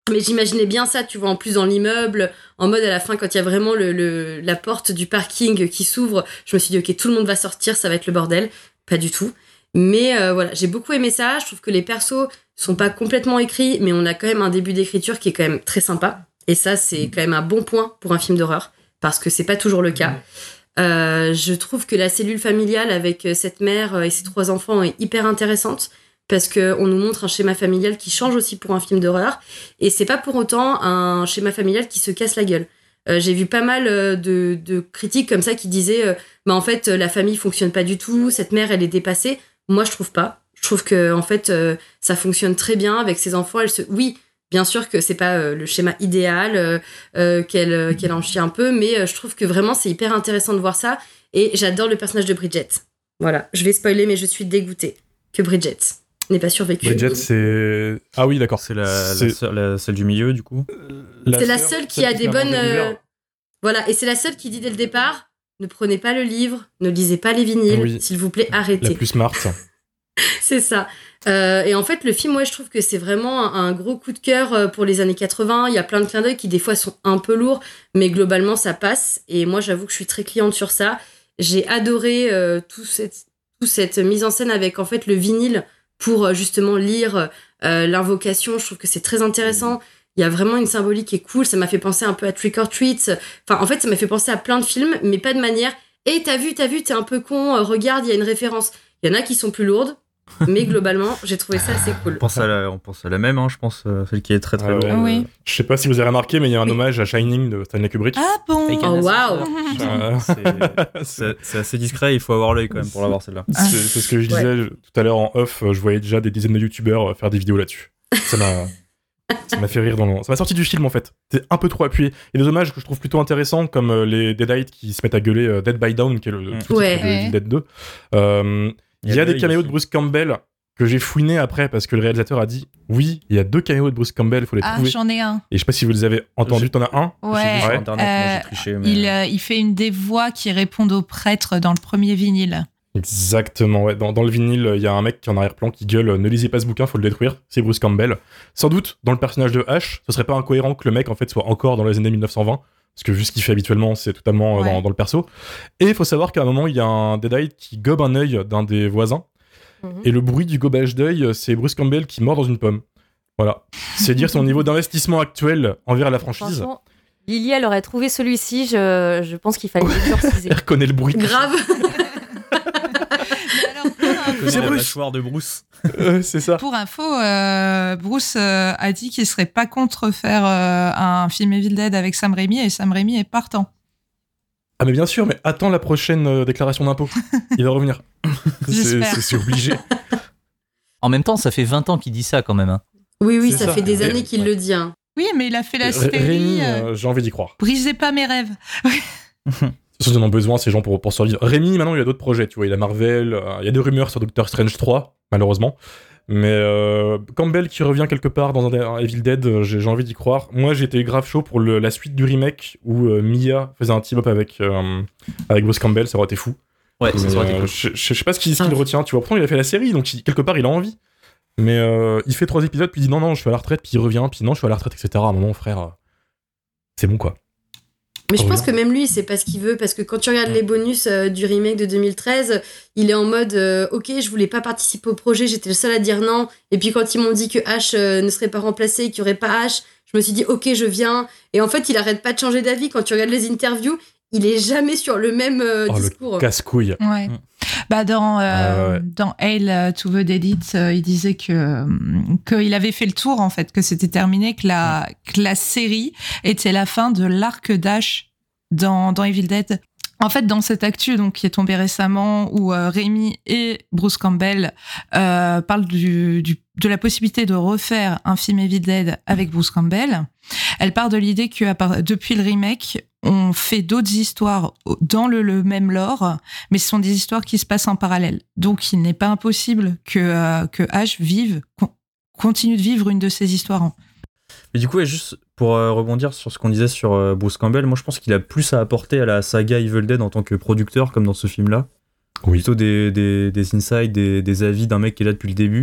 Mais j'imaginais bien ça, tu vois, en plus dans l'immeuble, en mode à la fin, quand il y a vraiment le, le, la porte du parking qui s'ouvre, je me suis dit, ok, tout le monde va sortir, ça va être le bordel. Pas du tout. Mais euh, voilà, j'ai beaucoup aimé ça. Je trouve que les persos sont pas complètement écrits, mais on a quand même un début d'écriture qui est quand même très sympa. Et ça, c'est quand même un bon point pour un film d'horreur, parce que c'est pas toujours le cas. Euh, je trouve que la cellule familiale avec cette mère et ses trois enfants est hyper intéressante, parce qu'on nous montre un schéma familial qui change aussi pour un film d'horreur, et c'est pas pour autant un schéma familial qui se casse la gueule. Euh, j'ai vu pas mal de, de critiques comme ça qui disaient euh, bah en fait la famille fonctionne pas du tout, cette mère elle est dépassée. Moi je trouve pas. Je trouve que en fait euh, ça fonctionne très bien avec ses enfants. Elle se... Oui, bien sûr que c'est pas euh, le schéma idéal, euh, euh, qu'elle, euh, qu'elle en chie un peu, mais euh, je trouve que vraiment c'est hyper intéressant de voir ça, et j'adore le personnage de Bridget. Voilà, je vais spoiler, mais je suis dégoûtée que Bridget n'ait pas survécu. Bridget, c'est... Ah oui, d'accord. C'est, la, C'est- la sœur- la- celle du milieu, du coup. C'est la sœur, seule qui celle a se des met à bonnes... manger du euh, verre. Voilà, et c'est la seule qui dit dès le départ, ne prenez pas le livre, ne lisez pas les vinyles, Oui. s'il vous plaît, La arrêtez. plus smart. C'est ça. Euh, et en fait, le film, ouais, je trouve que c'est vraiment un, un gros coup de cœur euh, pour les années quatre-vingts. Il y a plein de clins d'œil qui, des fois, sont un peu lourds, mais globalement, ça passe. Et moi, j'avoue que je suis très cliente sur ça. J'ai adoré euh, tout cette, toute cette mise en scène avec, en fait, le vinyle pour euh, justement lire euh, l'invocation. Je trouve que c'est très intéressant. Il y a vraiment une symbolique qui est cool. Ça m'a fait penser un peu à Trick or Treat. Enfin, en fait, ça m'a fait penser à plein de films, mais pas de manière « Hé, t'as vu, t'as vu, t'es un peu con, euh, regarde, il y a une référence. » Il y en a qui sont plus lourdes, mais globalement, j'ai trouvé ça assez cool. On pense à la, on pense à la même, hein, je pense, euh, celle qui est très très Ah lourde. ouais. Ah oui. Je sais pas si vous avez remarqué, mais il y a un Oui. hommage à Shining de Stanley Kubrick. Ah bon. Avec Oh, un waouh. Euh, C'est- C'est c'est assez discret, il faut avoir l'œil quand même pour l'avoir celle-là. c'est, c'est ce que je disais je- tout à l'heure en off. Je voyais déjà des dizaines de youtubeurs euh, faire des vidéos là-dessus. Ça m'a, ça m'a fait rire dans le... Ça m'a sorti du film en fait. C'est un peu trop appuyé. Il y a des hommages que je trouve plutôt intéressants, comme euh, les Deadite qui se mettent à gueuler euh, Dead by Dawn, qui est le, le Mm. sous-titre Ouais. de Ouais. Evil Dead deux. Euh, Il y a des Blade caméos aussi. de Bruce Campbell que j'ai fouiné après parce que le réalisateur a dit oui, il y a deux caméos de Bruce Campbell, il faut les Ah, trouver. j'en ai un. Et je sais pas si vous les avez entendus, J'ai- t'en as un. J'ai vu Ouais. sur Ouais. internet, moi Euh, j'ai triché. Mais... Il, euh, il fait une des voix qui répondent aux prêtres dans le premier vinyle. Exactement, ouais. Dans, dans le vinyle, il y a un mec qui est en arrière-plan qui gueule « Ne lisez pas ce bouquin, faut le détruire ». C'est Bruce Campbell. Sans doute, dans le personnage de Ash, ce serait pas incohérent que le mec, en fait, soit encore dans les années mille neuf cent vingt, parce que vu ce qu'il fait habituellement, c'est totalement euh, Ouais. dans, dans le perso. Et il faut savoir qu'à un moment, il y a un Deadite qui gobe un œil d'un des voisins, Mhm. et le bruit du gobage d'œil, c'est Bruce Campbell qui mord dans une pomme. Voilà. C'est dire son niveau d'investissement actuel envers la franchise. Franchement, Lily, elle aurait trouvé celui-ci, je, je pense qu'il fallait l'exorciser. Elle reconnaît le bruit. Grave. Mais alors, pour info, C'est la Bruce. mâchoire de Bruce. Euh, c'est ça. pour info, euh, Bruce euh, a dit qu'il serait pas contre faire euh, un film Evil Dead avec Sam Raimi, et Sam Raimi est partant. Ah mais bien sûr, mais attends la prochaine euh, déclaration d'impôt. Il va revenir. c'est, J'espère. c'est- c'est obligé. En même temps, ça fait vingt ans qu'il dit ça quand même. hein. Oui, oui, C'est ça, ça. fait des Et- années qu'il ouais. le dit. Hein. Oui, mais il a fait la Ré- série Rémi, euh, euh, j'ai envie d'y croire. Brisez pas mes rêves. Ils en ont besoin, ces gens, pour, pour survivre. Rémi, maintenant, il a d'autres projets, tu vois. Il a Marvel, euh, il y a des rumeurs sur Doctor Strange trois, malheureusement. Mais euh, Campbell qui revient quelque part dans un, un Evil Dead, euh, j'ai, j'ai envie d'y croire. Moi, j'étais grave chaud pour le- la suite du remake où euh, Mia faisait un team-up avec, euh, avec Bruce Campbell, ça aurait été fou. Ouais, ça Mais, aurait été euh, cool. je, je- je sais pas ce qu'il, ce qu'il retient, tu vois. Pourtant, il a fait la série, donc il- quelque part, il a envie. Mais euh, il fait trois épisodes, puis il dit non, non, je suis à la retraite, puis il revient, puis non, je suis à la retraite, et cetera. À un moment, frère, euh, c'est bon, quoi. Mais je Oh, pense oui. que même lui, c'est pas ce qu'il veut, parce que quand tu regardes les bonus euh, du remake de deux mille treize, il est en mode euh, ok, je voulais pas participer au projet, j'étais le seul à dire non. Et puis quand ils m'ont dit que Ash euh, ne serait pas remplacé, qu'il y aurait pas Ash, je me suis dit ok, je viens. Et en fait, il arrête pas de changer d'avis. Quand tu regardes les interviews, il est jamais sur le même euh, Oh, discours. le casse-couille. Ouais. Mm. Bah dans euh, Ah ouais. dans Hail euh, to the Dead, euh, il disait que euh, qu'il avait fait le tour en fait, que c'était terminé, que la que la série était la fin de l'arc d'Ash dans dans Evil Dead. En fait, dans cette actu donc qui est tombée récemment, où euh, Rémi et Bruce Campbell euh, parlent du, du de la possibilité de refaire un film Evil Dead avec Bruce Campbell, elle part de l'idée que à part- depuis le remake, on fait d'autres histoires dans le, le même lore, mais ce sont des histoires qui se passent en parallèle. Donc, il n'est pas impossible que, euh, que Ash vive, con- continue de vivre une de ces histoires. en- Mais du coup, ouais, juste pour euh, rebondir sur ce qu'on disait sur euh, Bruce Campbell, moi je pense qu'il a plus à apporter à la saga Evil Dead en tant que producteur, comme dans ce film-là. Oui. Plutôt des, des, des insights, des, des avis d'un mec qui est là depuis le début,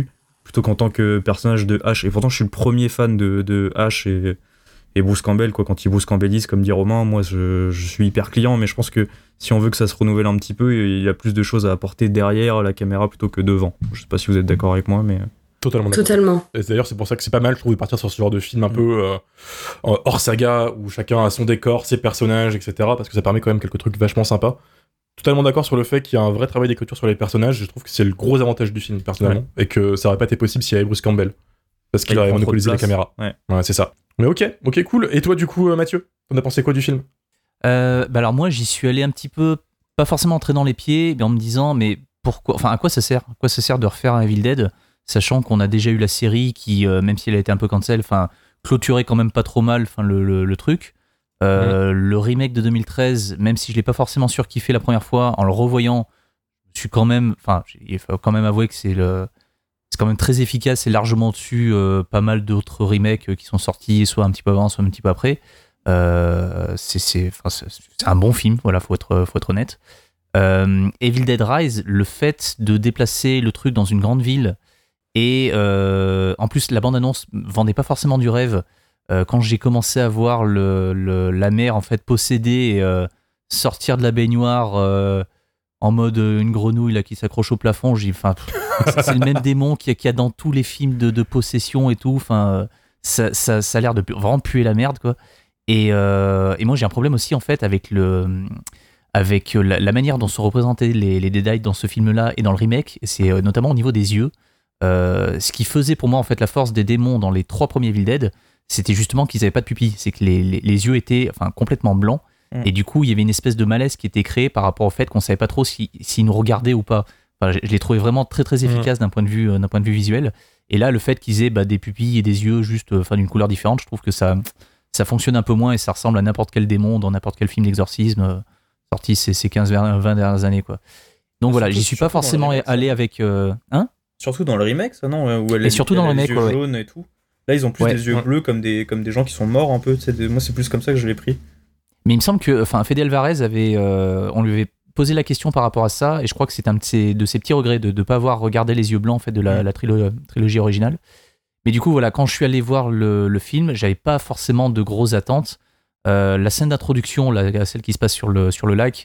plutôt qu'en tant que personnage de Ash. Et pourtant, je suis le premier fan de, de Ash et, et Bruce Campbell, quoi. Quand il Bruce Campbellise, comme dit Romain, moi, je, je suis hyper client, mais je pense que si on veut que ça se renouvelle un petit peu, il y a plus de choses à apporter derrière la caméra plutôt que devant. Je sais pas si vous êtes d'accord avec moi, mais... Totalement d'accord. Totalement. Et d'ailleurs, c'est pour ça que c'est pas mal, je trouve, de partir sur ce genre de film un peu euh, hors saga, où chacun a son décor, ses personnages, et cetera. Parce que ça permet quand même quelques trucs vachement sympas. Totalement d'accord sur le fait qu'il y a un vrai travail d'écriture sur les personnages. Je trouve que c'est le gros avantage du film, personnellement. Ouais. Et que ça aurait pas été possible s'il y avait Bruce Campbell. Parce qu'il aurait monopolisé la caméra. Ouais. ouais, c'est ça. Mais ok, ok, cool. Et toi, du coup, euh, Mathieu, t'en as pensé quoi du film ? euh, bah alors moi, j'y suis allé un petit peu, pas forcément entré dans les pieds, mais en me disant, mais pourquoi, enfin, à quoi ça sert ? À quoi ça sert de refaire un Evil Dead ? Sachant qu'on a déjà eu la série qui, euh, même si elle a été un peu cancel, enfin, clôturait quand même pas trop mal le, le, le truc. Euh, mmh. Le remake de deux mille treize, même si je l'ai pas forcément surkiffé la première fois, en le revoyant, je suis quand même, enfin, il faut quand même avouer que c'est le, c'est quand même très efficace et largement dessus euh, pas mal d'autres remakes qui sont sortis, soit un petit peu avant, soit un petit peu après. Euh, c'est, c'est, c'est, c'est un bon film, voilà, faut être, faut être honnête. Euh, Evil Dead Rise, le fait de déplacer le truc dans une grande ville. Et euh, en plus, la bande-annonce vendait pas forcément du rêve. Euh, quand j'ai commencé à voir le, le, la mère en fait possédée et euh, sortir de la baignoire euh, en mode euh, une grenouille là, qui s'accroche au plafond, j'ai, enfin, c'est le même démon qu'il y a, qu'il y a dans tous les films de, de possession et tout. Enfin, ça, ça, ça a l'air de vraiment puer la merde, quoi. Et, euh, et moi, j'ai un problème aussi en fait avec le, avec la, la manière dont sont représentés les, les Deadites dans ce film-là et dans le remake. C'est euh, notamment au niveau des yeux. Euh, ce qui faisait pour moi en fait la force des démons dans les trois premiers Evil Dead, c'était justement qu'ils n'avaient pas de pupilles, c'est que les, les, les yeux étaient enfin, complètement blancs, mmh. et du coup il y avait une espèce de malaise qui était créé par rapport au fait qu'on savait pas trop si, s'ils nous regardaient ou pas. Enfin, je, je l'ai trouvé vraiment très très efficace mmh. d'un point de vue d'un point de vue visuel, et là le fait qu'ils aient bah, des pupilles et des yeux juste enfin, d'une couleur différente, je trouve que ça, ça fonctionne un peu moins et ça ressemble à n'importe quel démon dans n'importe quel film d'exorcisme euh, sorti ces, ces quinze vingt dernières années, quoi. Donc voilà, j'y suis pas forcément allé avec euh, hein surtout dans le remake, ça, non? Où elle et surtout elle dans le les remake, yeux ouais, jaunes et tout. Là, ils ont plus ouais. des yeux ouais. bleus comme des, comme des gens qui sont morts un peu. C'est, moi, c'est plus comme ça que je l'ai pris. Mais il me semble que, enfin, Fede Alvarez avait, euh, on lui avait posé la question par rapport à ça, et je crois que c'est un de ses, de ses petits regrets de ne pas avoir regardé les yeux blancs en fait de la, mmh. la trilo- trilogie originale. Mais du coup, voilà, quand je suis allé voir le, le film, j'avais pas forcément de grosses attentes. Euh, la scène d'introduction, la, celle qui se passe sur le, sur le lac,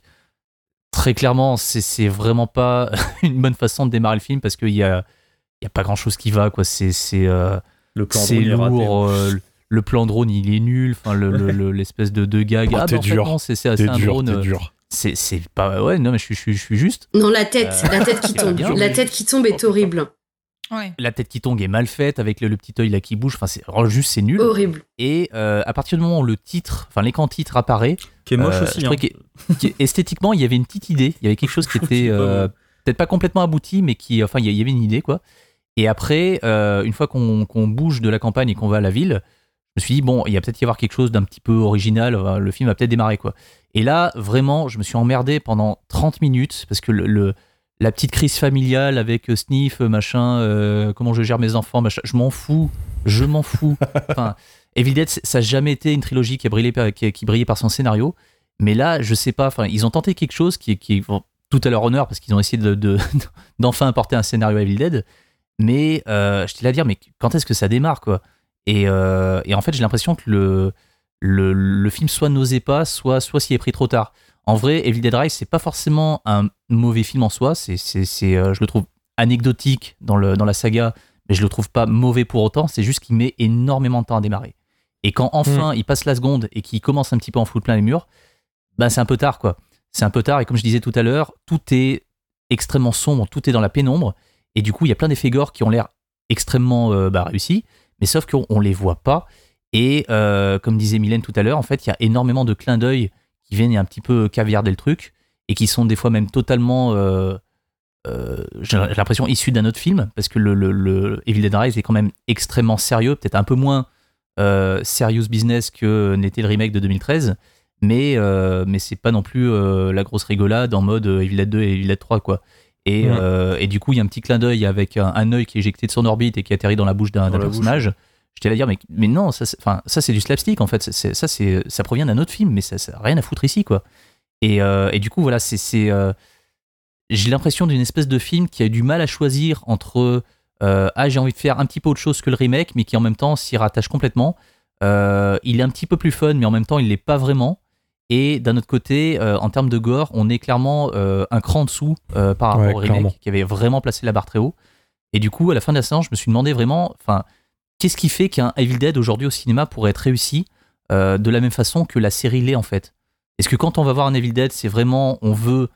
très clairement, c'est, c'est vraiment pas une bonne façon de démarrer le film parce qu'il y a il y a pas grand chose qui va, quoi. C'est c'est euh, le plan c'est drone lourd. raté, euh, le plan drone il est nul. Enfin le, le, le l'espèce de, de gag. Oh, ah t'es bah, en dur. fait, non, c'est c'est, c'est un dur, drone. T'es dur. C'est c'est pas ouais non mais je suis je, je suis juste. Non la tête, euh, la tête qui tombe. bien, la tête qui tombe est horrible. Ouais. La tête qui tombe est mal faite avec le, le petit œil là qui bouge. Enfin c'est juste c'est nul. Horrible. Et euh, à partir du moment où le titre, enfin l'écran titre apparaît, qui est moche euh, aussi. Hein. Esthétiquement il y avait une petite idée. Il y avait quelque chose qui était euh, peut-être pas complètement abouti mais qui enfin il y avait une idée, quoi. Et après, euh, une fois qu'on, qu'on bouge de la campagne et qu'on va à la ville, je me suis dit, bon, il y a peut-être y avoir quelque chose d'un petit peu original, le film va peut-être démarrer, quoi. Et là, vraiment, je me suis emmerdé pendant trente minutes, parce que le, le, la petite crise familiale avec Sniff, machin, euh, comment je gère mes enfants, machin, je m'en fous, je m'en fous. Enfin, Evil Dead, ça n'a jamais été une trilogie qui, a brillé, qui, qui brillait par son scénario, mais là, je sais pas, enfin, ils ont tenté quelque chose qui, qui est tout à leur honneur, parce qu'ils ont essayé de, de, d'enfin apporter un scénario à Evil Dead. Mais euh, j'étais là à dire, mais quand est-ce que ça démarre, quoi? Et, euh, et en fait, j'ai l'impression que le, le, le film soit n'osait pas, soit, soit s'y est pris trop tard. En vrai, Evil Dead Rise, c'est pas forcément un mauvais film en soi, c'est, c'est, c'est, euh, je le trouve anecdotique dans, le, dans la saga, mais je le trouve pas mauvais pour autant, c'est juste qu'il met énormément de temps à démarrer. Et quand enfin mmh. il passe la seconde et qu'il commence un petit peu à en foutre plein les murs, ben c'est un peu tard, quoi. C'est un peu tard, et comme je disais tout à l'heure, tout est extrêmement sombre, tout est dans la pénombre. Et du coup, il y a plein d'effets gore qui ont l'air extrêmement euh, bah, réussis, mais sauf qu'on ne les voit pas. Et euh, comme disait Mylène tout à l'heure, en fait, il y a énormément de clins d'œil qui viennent un petit peu caviarder le truc, et qui sont des fois même totalement, euh, euh, j'ai l'impression, issus d'un autre film, parce que le, le, le Evil Dead Rise est quand même extrêmement sérieux, peut-être un peu moins euh, serious business que n'était le remake de deux mille treize, mais, euh, mais c'est pas non plus euh, la grosse rigolade en mode Evil Dead deux et Evil Dead trois, quoi. Et, mmh. euh, et du coup, il y a un petit clin d'œil avec un, un œil qui est éjecté de son orbite et qui atterrit dans la bouche d'un, d'un personnage. Bouche. J'étais là à dire, mais, mais non, ça c'est, ça c'est du slapstick, en fait. C'est, c'est, ça, c'est, ça provient d'un autre film, mais ça n'a rien à foutre ici, quoi. Et, euh, et du coup, voilà, c'est, c'est, euh, j'ai l'impression d'une espèce de film qui a eu du mal à choisir entre euh, ah j'ai envie de faire un petit peu autre chose que le remake, mais qui en même temps s'y rattache complètement. Euh, il est un petit peu plus fun, mais en même temps il l'est pas vraiment. Et d'un autre côté, euh, en termes de gore, on est clairement euh, un cran en dessous euh, par rapport Ouais, au remake, clairement. qui avait vraiment placé la barre très haut. Et du coup, à la fin de la séance, je me suis demandé vraiment, enfin, qu'est-ce qui fait qu'un Evil Dead aujourd'hui au cinéma pourrait être réussi euh, de la même façon que la série l'est en fait. Est-ce que quand on va voir un Evil Dead, c'est vraiment, on veut,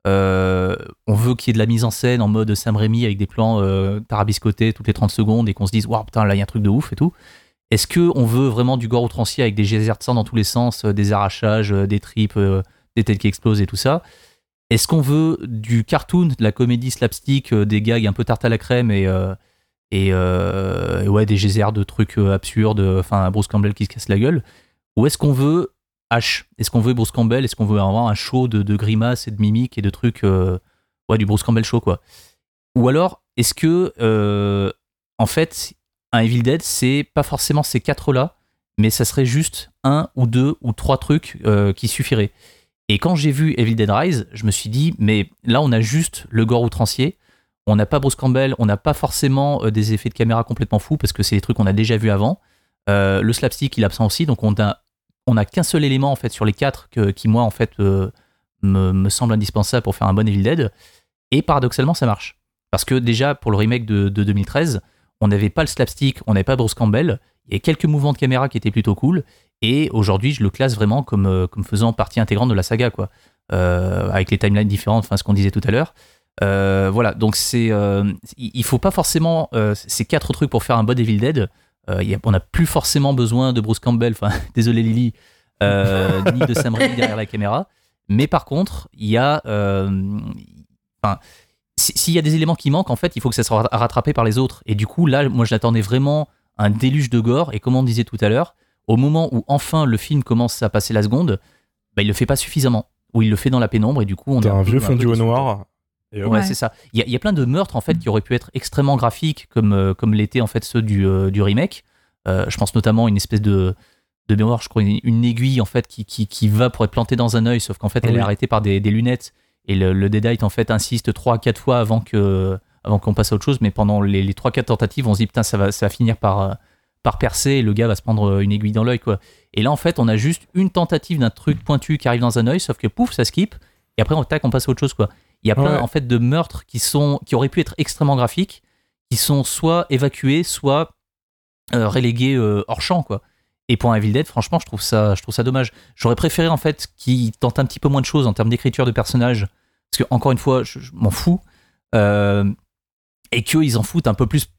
euh, on veut qu'il y ait de la mise en scène en mode Sam Raimi avec des plans euh, tarabiscotés toutes les trente secondes et qu'on se dise, waouh, putain, là, il y a un truc de ouf et tout. Est-ce qu'on veut vraiment du gore outrancier avec des geysers de sang dans tous les sens, euh, des arrachages, euh, des tripes, euh, des têtes qui explosent et tout ça? Est-ce qu'on veut du cartoon, de la comédie slapstick, euh, des gags un peu tarte à la crème et, euh, et, euh, et ouais, des geysers de trucs euh, absurdes, enfin Bruce Campbell qui se casse la gueule? Ou est-ce qu'on veut H? Est-ce qu'on veut Bruce Campbell? Est-ce qu'on veut avoir un show de, de grimaces et de mimiques et de trucs, euh, ouais, du Bruce Campbell show quoi? Ou alors, est-ce que, euh, en fait, un Evil Dead, c'est pas forcément ces quatre-là, mais ça serait juste un ou deux ou trois trucs euh, qui suffiraient. Et quand j'ai vu Evil Dead Rise, je me suis dit, mais là, on a juste le gore outrancier, on n'a pas Bruce Campbell, on n'a pas forcément euh, des effets de caméra complètement fous, parce que c'est des trucs qu'on a déjà vus avant. Euh, le slapstick, il est absent aussi, donc on a, on a qu'un seul élément, en fait, sur les quatre, que, qui, moi, en fait, euh, me, me semble indispensable pour faire un bon Evil Dead. Et paradoxalement, ça marche. Parce que déjà, pour le remake de, de deux mille treize, on n'avait pas le slapstick, on n'avait pas Bruce Campbell, il y a quelques mouvements de caméra qui étaient plutôt cool, et aujourd'hui je le classe vraiment comme, euh, comme faisant partie intégrante de la saga, quoi. Euh, avec les timelines différentes, enfin ce qu'on disait tout à l'heure. Euh, voilà, donc c'est, euh, il faut pas forcément euh, ces quatre trucs pour faire un bon Evil Dead. Euh, y a, on n'a plus forcément besoin de Bruce Campbell, enfin désolé Lily, euh, ni de Sam Raimi derrière la caméra, mais par contre il y a... Euh, enfin, s'il y a des éléments qui manquent, en fait, il faut que ça soit rattrapé par les autres. Et du coup, là, moi, je l'attendais vraiment un déluge de gore. Et comme on disait tout à l'heure, au moment où enfin le film commence à passer la seconde, bah, il le fait pas suffisamment. Ou il le fait dans la pénombre. Et du coup, on T'as est un peu- vieux peu fondu au déçu. noir. Et hop. Ouais, Ouais. c'est ça. Il y, a- il y a plein de meurtres en fait qui auraient pu être extrêmement graphiques, comme euh, comme l'étaient en fait ceux du euh, du remake. Euh, je pense notamment à une espèce de de mémoire, je crois une, une aiguille en fait qui, qui qui va pour être plantée dans un œil, sauf qu'en fait elle Oui. est arrêtée par des, des lunettes. Et le, le Deadite en fait insiste trois à quatre fois avant que avant qu'on passe à autre chose, mais pendant les, les trois quatre tentatives, on se dit putain ça va ça va finir par euh, par percer et le gars va se prendre une aiguille dans l'œil quoi. Et là en fait on a juste une tentative d'un truc pointu qui arrive dans un œil, sauf que pouf ça skip et après on tac on passe à autre chose quoi. Il y a plein Ouais. en fait de meurtres qui sont qui auraient pu être extrêmement graphiques, qui sont soit évacués, soit euh, relégués euh, hors champ quoi. Et pour un Evil Dead, franchement, je trouve ça, je trouve ça dommage. J'aurais préféré en fait qu'ils tentent un petit peu moins de choses en termes d'écriture de personnages, parce que encore une fois, je, je m'en fous, euh, et qu'ils en foutent un peu plus,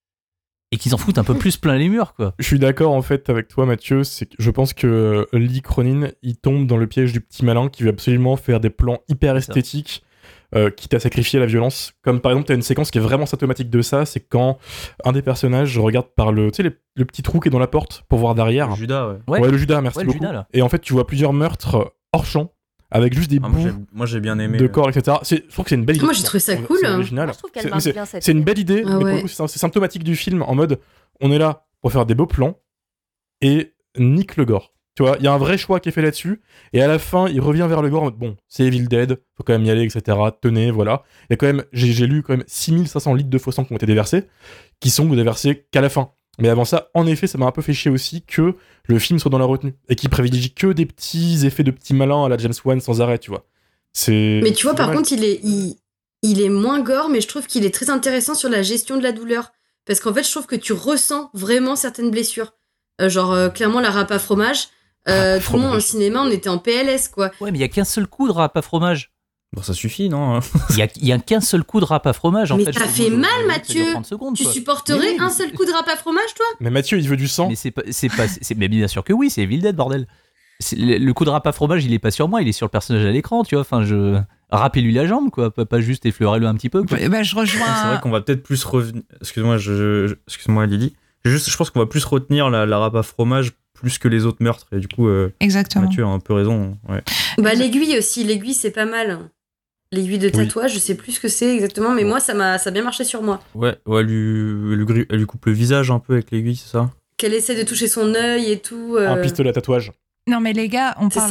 et qu'ils en foutent un peu plus plein les murs quoi. Je suis d'accord en fait avec toi Mathieu, c'est que je pense que Lee Cronin il tombe dans le piège du petit malin qui veut absolument faire des plans hyper C'est ça. esthétiques, euh, quitte à sacrifier la violence. Comme par exemple t'as une séquence qui est vraiment symptomatique de ça, c'est quand un des personnages regarde par le, tu sais, les- le petit trou qui est dans la porte pour voir derrière. Judas, ouais. Ouais. Ouais, le Judas, merci Ouais, le beaucoup. Judas, là. Et en fait tu vois plusieurs meurtres hors champ avec juste des Ah, moi, bouts j'ai- moi j'ai bien aimé. de corps, et cetera. C'est- Je trouve que c'est une belle idée. Moi, j'ai trouvé ça C'est- cool. C'est original. Moi, je trouve qu'elle C'est- marche c'est- bien, cette C'est une idée. belle idée, Ah mais pour ouais. le coup, c'est c'est symptomatique du film en mode on est là pour faire des beaux plans et nique le gore. Tu vois, il y a un vrai choix qui est fait là-dessus et à la fin, il revient vers le gore en mode bon, c'est Evil Dead, faut quand même y aller, et cetera. Tenez, voilà. Il y a quand même, j'ai j'ai lu quand même six mille cinq cents litres de faux sang qui ont été déversés, qui sont déversés qu'à la fin. Mais avant ça, en effet, ça m'a un peu fait chier aussi que le film soit dans la retenue et qu'il privilégie que des petits effets de petits malins à la James Wan sans arrêt, tu vois. C'est. Mais tu vois, c'est par dommage. contre, il est, il, il est moins gore, mais je trouve qu'il est très intéressant sur la gestion de la douleur. Parce qu'en fait, je trouve que tu ressens vraiment certaines blessures. Euh, genre, euh, clairement, la râpe à fromage. Euh, Râpe à tout le monde au fromage. cinéma, on était en P L S, quoi. Ouais, mais il y a qu'un seul coup de râpe à fromage. Bon, ça suffit, non? Il y a, il y a qu'un seul coup de râpe à fromage en Mais fait. t'as Je- fait je- mal, je- ça Mathieu. dure trente secondes, Tu quoi. supporterais Mais oui, un mais seul c'est- coup de râpe à fromage, toi? Mais Mathieu, il veut du sang. Mais c'est pas, c'est pas, c'est, mais bien sûr que oui, c'est Evil Dead, bordel. C'est- le, le coup de râpe à fromage, il est pas sur moi, il est sur le personnage à l'écran, tu vois. Enfin, je râpez-lui la jambe, quoi, pas, pas juste effleurez-le un petit peu. Quoi. Bah, bah, je C'est vrai rejoins. qu'on va peut-être plus revenir. Excuse-moi, je, je- excuse-moi Lily. Juste, je pense qu'on va plus retenir la, la râpe à fromage plus que les autres meurtres. Et du coup, euh, Exactement. Mathieu a un peu raison. Ouais. Bah, l'aiguille aussi, l'aiguille, c'est pas mal. L'aiguille de Oui. tatouage, je sais plus ce que c'est exactement, mais moi, ça m'a ça a bien marché sur moi. Ouais, ouais, elle lui, elle lui gri- elle lui coupe le visage un peu avec l'aiguille, c'est ça? Qu'elle essaie de toucher son œil et tout. euh, Un pistolet à tatouage. Non, mais les gars, on C'est parle, ça.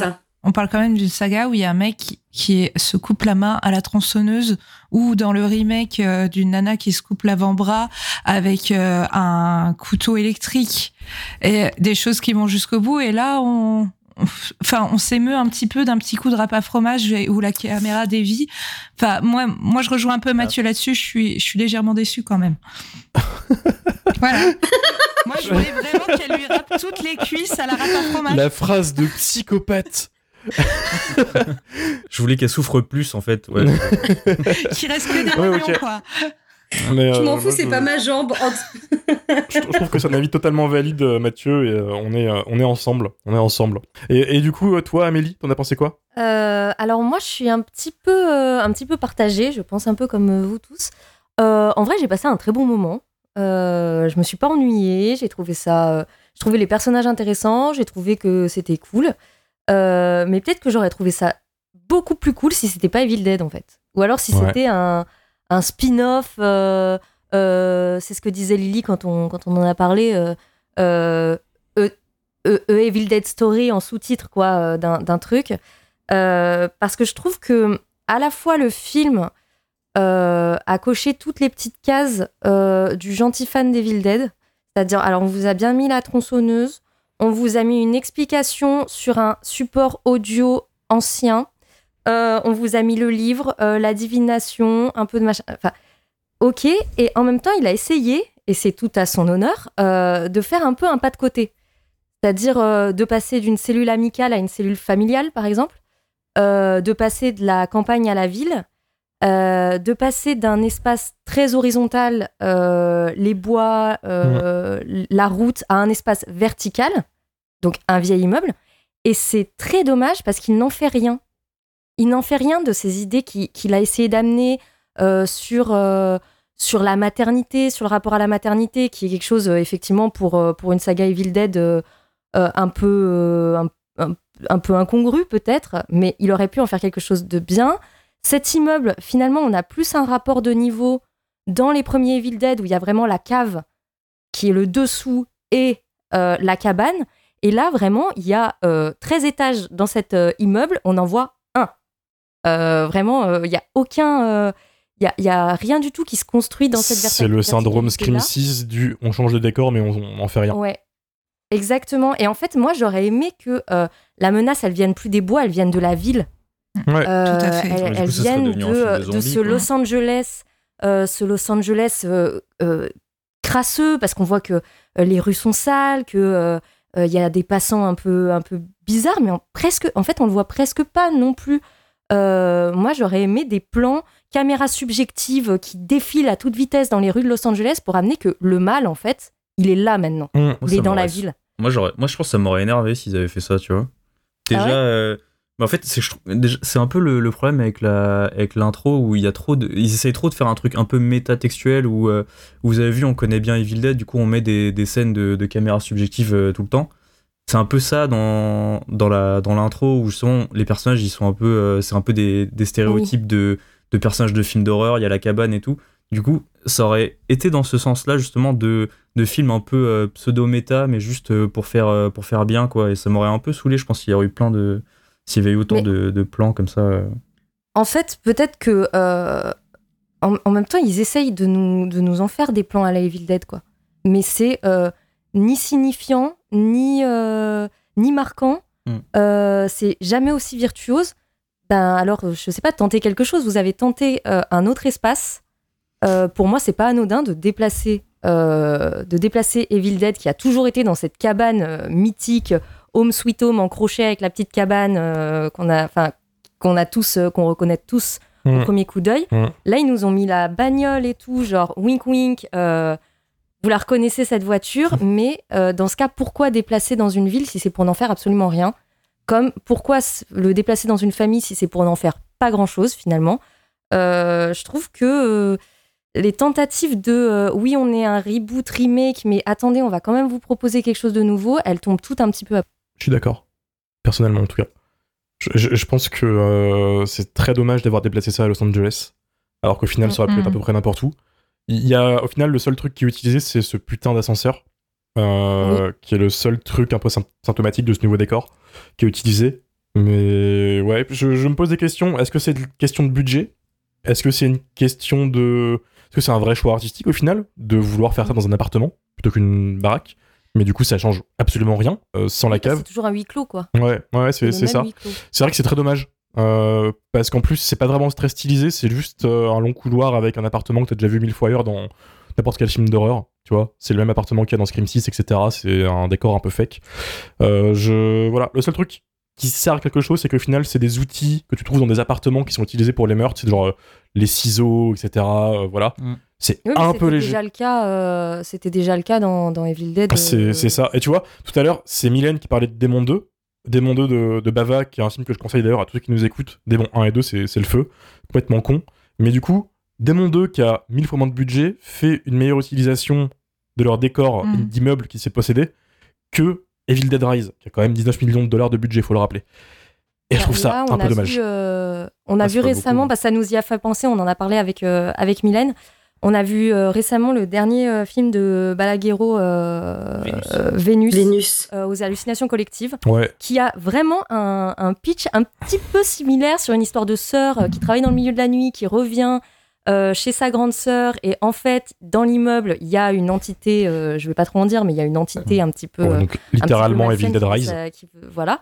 on parle quand même d'une saga où il y a un mec qui, qui est- se coupe la main à la tronçonneuse, ou dans le remake euh, d'une nana qui se coupe l'avant-bras avec euh, un couteau électrique, et des choses qui vont jusqu'au bout. Et là, on, on- enfin, on s'émeut un petit peu d'un petit coup de râpe à fromage où la caméra dévie. Enfin, moi, moi, je rejoins un peu Mathieu là-dessus. Je suis, je suis légèrement déçue quand même. Voilà. Moi, je voulais vraiment qu'elle lui râpe toutes les cuisses à la râpe à fromage. La phrase de psychopathe. Je voulais qu'elle souffre plus en fait. Ouais. Qui reste que des Ouais, moignons, ok. quoi. Mais, Je euh, m'en fous, moi, c'est je- pas ma jambe. En- Je, je trouve que c'est un avis totalement valide, euh, Mathieu, et euh, on, est, euh, on est ensemble. On est ensemble. Et, et du coup, euh, toi, Amélie, t'en as pensé quoi? Euh, alors moi, je suis un petit peu, euh, un petit peu partagée. Je pense un peu comme euh, vous tous. Euh, en vrai, j'ai passé un très bon moment. Euh, je me suis pas ennuyée. J'ai trouvé ça. euh, je trouvais les personnages intéressants. J'ai trouvé que c'était cool. Euh, mais peut-être que j'aurais trouvé ça beaucoup plus cool si c'était pas Evil Dead en fait. Ou alors si Ouais. c'était un, un spin-off. euh, euh, c'est ce que disait Lily quand on, quand on en a parlé. Euh, euh, E- E- E Evil Dead Story en sous-titre quoi euh, d'un, d'un truc. Euh, parce que je trouve que à la fois le film euh, a coché toutes les petites cases euh, du gentil fan d'Evil Dead. C'est-à-dire, alors on vous a bien mis la tronçonneuse, on vous a mis une explication sur un support audio ancien, euh, on vous a mis le livre, euh, la divination, un peu de machin. Enfin, ok. Et en même temps, il a essayé, et c'est tout à son honneur, euh, de faire un peu un pas de côté. C'est-à-dire euh, de passer d'une cellule amicale à une cellule familiale, par exemple, euh, de passer de la campagne à la ville, euh, de passer d'un espace très horizontal, euh, les bois, euh, la route, à un espace vertical, donc un vieil immeuble. Et c'est très dommage parce qu'il n'en fait rien. Il n'en fait rien de ces idées qui- qu'il a essayé d'amener euh, sur, euh, sur la maternité, sur le rapport à la maternité, qui est quelque chose, euh, effectivement, pour, euh, pour une saga Evil Dead euh, euh, un, peu, euh, un, un- un peu incongru, peut-être, mais il aurait pu en faire quelque chose de bien. Cet immeuble, finalement, on a plus un rapport de niveau dans les premiers Evil Dead, où il y a vraiment la cave, qui est le dessous, et euh, la cabane. Et là, vraiment, il y a euh, treize étages dans cet euh, immeuble, on en voit un. Euh, vraiment, euh, il n'y a aucun... euh, Il y a, il y a rien du tout qui se construit dans cette verticalité. C'est le syndrome Scream six du on change de décor, mais on, on en fait rien. Ouais, exactement. Et en fait, moi, j'aurais aimé que euh, la menace, elle vienne plus des bois, elle vienne de la ville. Ouais. Euh, Tout à fait. Elle, Ouais, du coup, elle ça serait vienne devenu de, un film de de zombies, ce quoi. Los Angeles, euh, ce Los Angeles euh, euh, crasseux, parce qu'on voit que euh, les rues sont sales, que euh, euh, il y a des passants un peu, un peu bizarres, mais en, presque, en fait, on le voit presque pas non plus. Euh, moi, j'aurais aimé des plans caméra subjective qui défilent à toute vitesse dans les rues de Los Angeles pour amener que le mal, en fait, il est là maintenant. Mmh. Moi, Il ça est dans la m'aurait- ville. Moi, j'aurais, moi, je pense que ça m'aurait énervé s'ils avaient fait ça, tu vois. Déjà, Ah ouais euh, mais en fait, c'est, je trouve- déjà, c'est un peu le, le problème avec, la, avec l'intro où il y a trop de, ils essayent trop de faire un truc un peu métatextuel où, euh, où vous avez vu, on connaît bien Evil Dead, du coup, on met des, des scènes de, de caméra subjective euh, tout le temps. C'est un peu ça dans, dans, la, dans l'intro où justement les personnages, ils sont un peu, euh, c'est un peu des, des stéréotypes de, de personnages de films d'horreur, il y a la cabane et tout. Du coup, ça aurait été dans ce sens-là, justement, de, de films un peu euh, pseudo-méta, mais juste euh, pour faire, euh, pour faire bien, quoi. Et ça m'aurait un peu saoulé, je pense qu'il y aurait eu plein de. S'il y avait eu autant Mais- de, de plans comme ça. euh. En fait, peut-être que euh, en, en même temps, ils essayent de nous, de nous en faire des plans à la Evil Dead, quoi. Mais c'est euh, ni signifiant, ni, euh, ni marquant. Mm. Euh, c'est jamais aussi virtuose. Ben, alors, euh, je sais pas, tenter quelque chose. Vous avez tenté euh, un autre espace. Euh, pour moi, c'est pas anodin de déplacer, euh, de déplacer Evil Dead, qui a toujours été dans cette cabane euh, mythique, Home Sweet Home en crochet avec la petite cabane euh, qu'on a, enfin, qu'on a tous, euh, qu'on reconnaît tous au Mmh. premier coup d'œil. Mmh. Là, ils nous ont mis la bagnole et tout, genre wink wink. euh, vous la reconnaissez cette voiture, mais euh, dans ce cas, pourquoi déplacer dans une ville si c'est pour n'en faire absolument rien? Comme pourquoi s- le déplacer dans une famille si c'est pour n'en faire pas grand chose finalement? Euh, je trouve que euh, les tentatives de euh, oui, on est un reboot, remake, mais attendez, on va quand même vous proposer quelque chose de nouveau, elles tombent toutes un petit peu à... Je suis d'accord. Personnellement, en tout cas. Je, je- je pense que euh, c'est très dommage d'avoir déplacé ça à Los Angeles, alors qu'au final, ça aurait pu être à peu près n'importe où. Il y a, au final, le seul truc qui est utilisé, c'est ce putain d'ascenseur, euh, qui est le seul truc un peu sym- symptomatique de ce nouveau décor qui est utilisé. Mais ouais, je, je me pose des questions. Est-ce que c'est une question de budget ? Est-ce que c'est une question de... Est-ce que c'est un vrai choix artistique au final de vouloir faire ça dans un appartement plutôt qu'une baraque ? Mais du coup, ça change absolument rien euh, sans la cave. C'est toujours un huis clos, quoi. Ouais, ouais, c'est, c'est, c'est ça. C'est vrai que c'est très dommage. Euh, parce qu'en plus, c'est pas vraiment très stylisé, c'est juste euh, un long couloir avec un appartement que t'as déjà vu mille fois ailleurs dans n'importe quel film d'horreur. Tu vois, c'est le même appartement qu'il y a dans Scream six, et cetera. C'est un décor un peu fake. Euh, je... Voilà, le seul truc qui sert à quelque chose, c'est qu'au final, c'est des outils que tu trouves dans des appartements qui sont utilisés pour les meurtres. C'est genre euh, les ciseaux, et cetera. Euh, voilà. Mm. C'est oui, un c'était peu léger. Déjà le cas, euh, c'était déjà le cas dans, dans Evil Dead. Ah, c'est, euh... c'est ça. Et tu vois, tout à l'heure, c'est Mylène qui parlait de Démon deux. Démon deux de, de Bava, qui est un film que je conseille d'ailleurs à tous ceux qui nous écoutent. Démon un et deux, c'est, c'est le feu. Complètement con. Mais du coup, Démon deux, qui a mille fois moins de budget, fait une meilleure utilisation de leur décor mm. d'immeuble qui s'est possédé que Evil Dead Rise, qui a quand même dix-neuf millions de dollars de budget, faut le rappeler. Et je trouve là, ça un peu dommage. Vu, euh, on a ah, vu récemment, bah, ça nous y a fait penser, on en a parlé avec, euh, avec Mylène. On a vu euh, récemment le dernier euh, film de Balaguerro, euh, Vénus, euh, Vénus, Vénus. Euh, aux hallucinations collectives, ouais. qui a vraiment un, un pitch un petit peu similaire sur une histoire de sœur euh, qui travaille dans le milieu de la nuit, qui revient euh, chez sa grande sœur, et en fait, dans l'immeuble, il y a une entité, euh, je ne vais pas trop en dire, mais il y a une entité un petit peu... Ouais, donc, littéralement Evil Dead Rise. Qui, qui, voilà.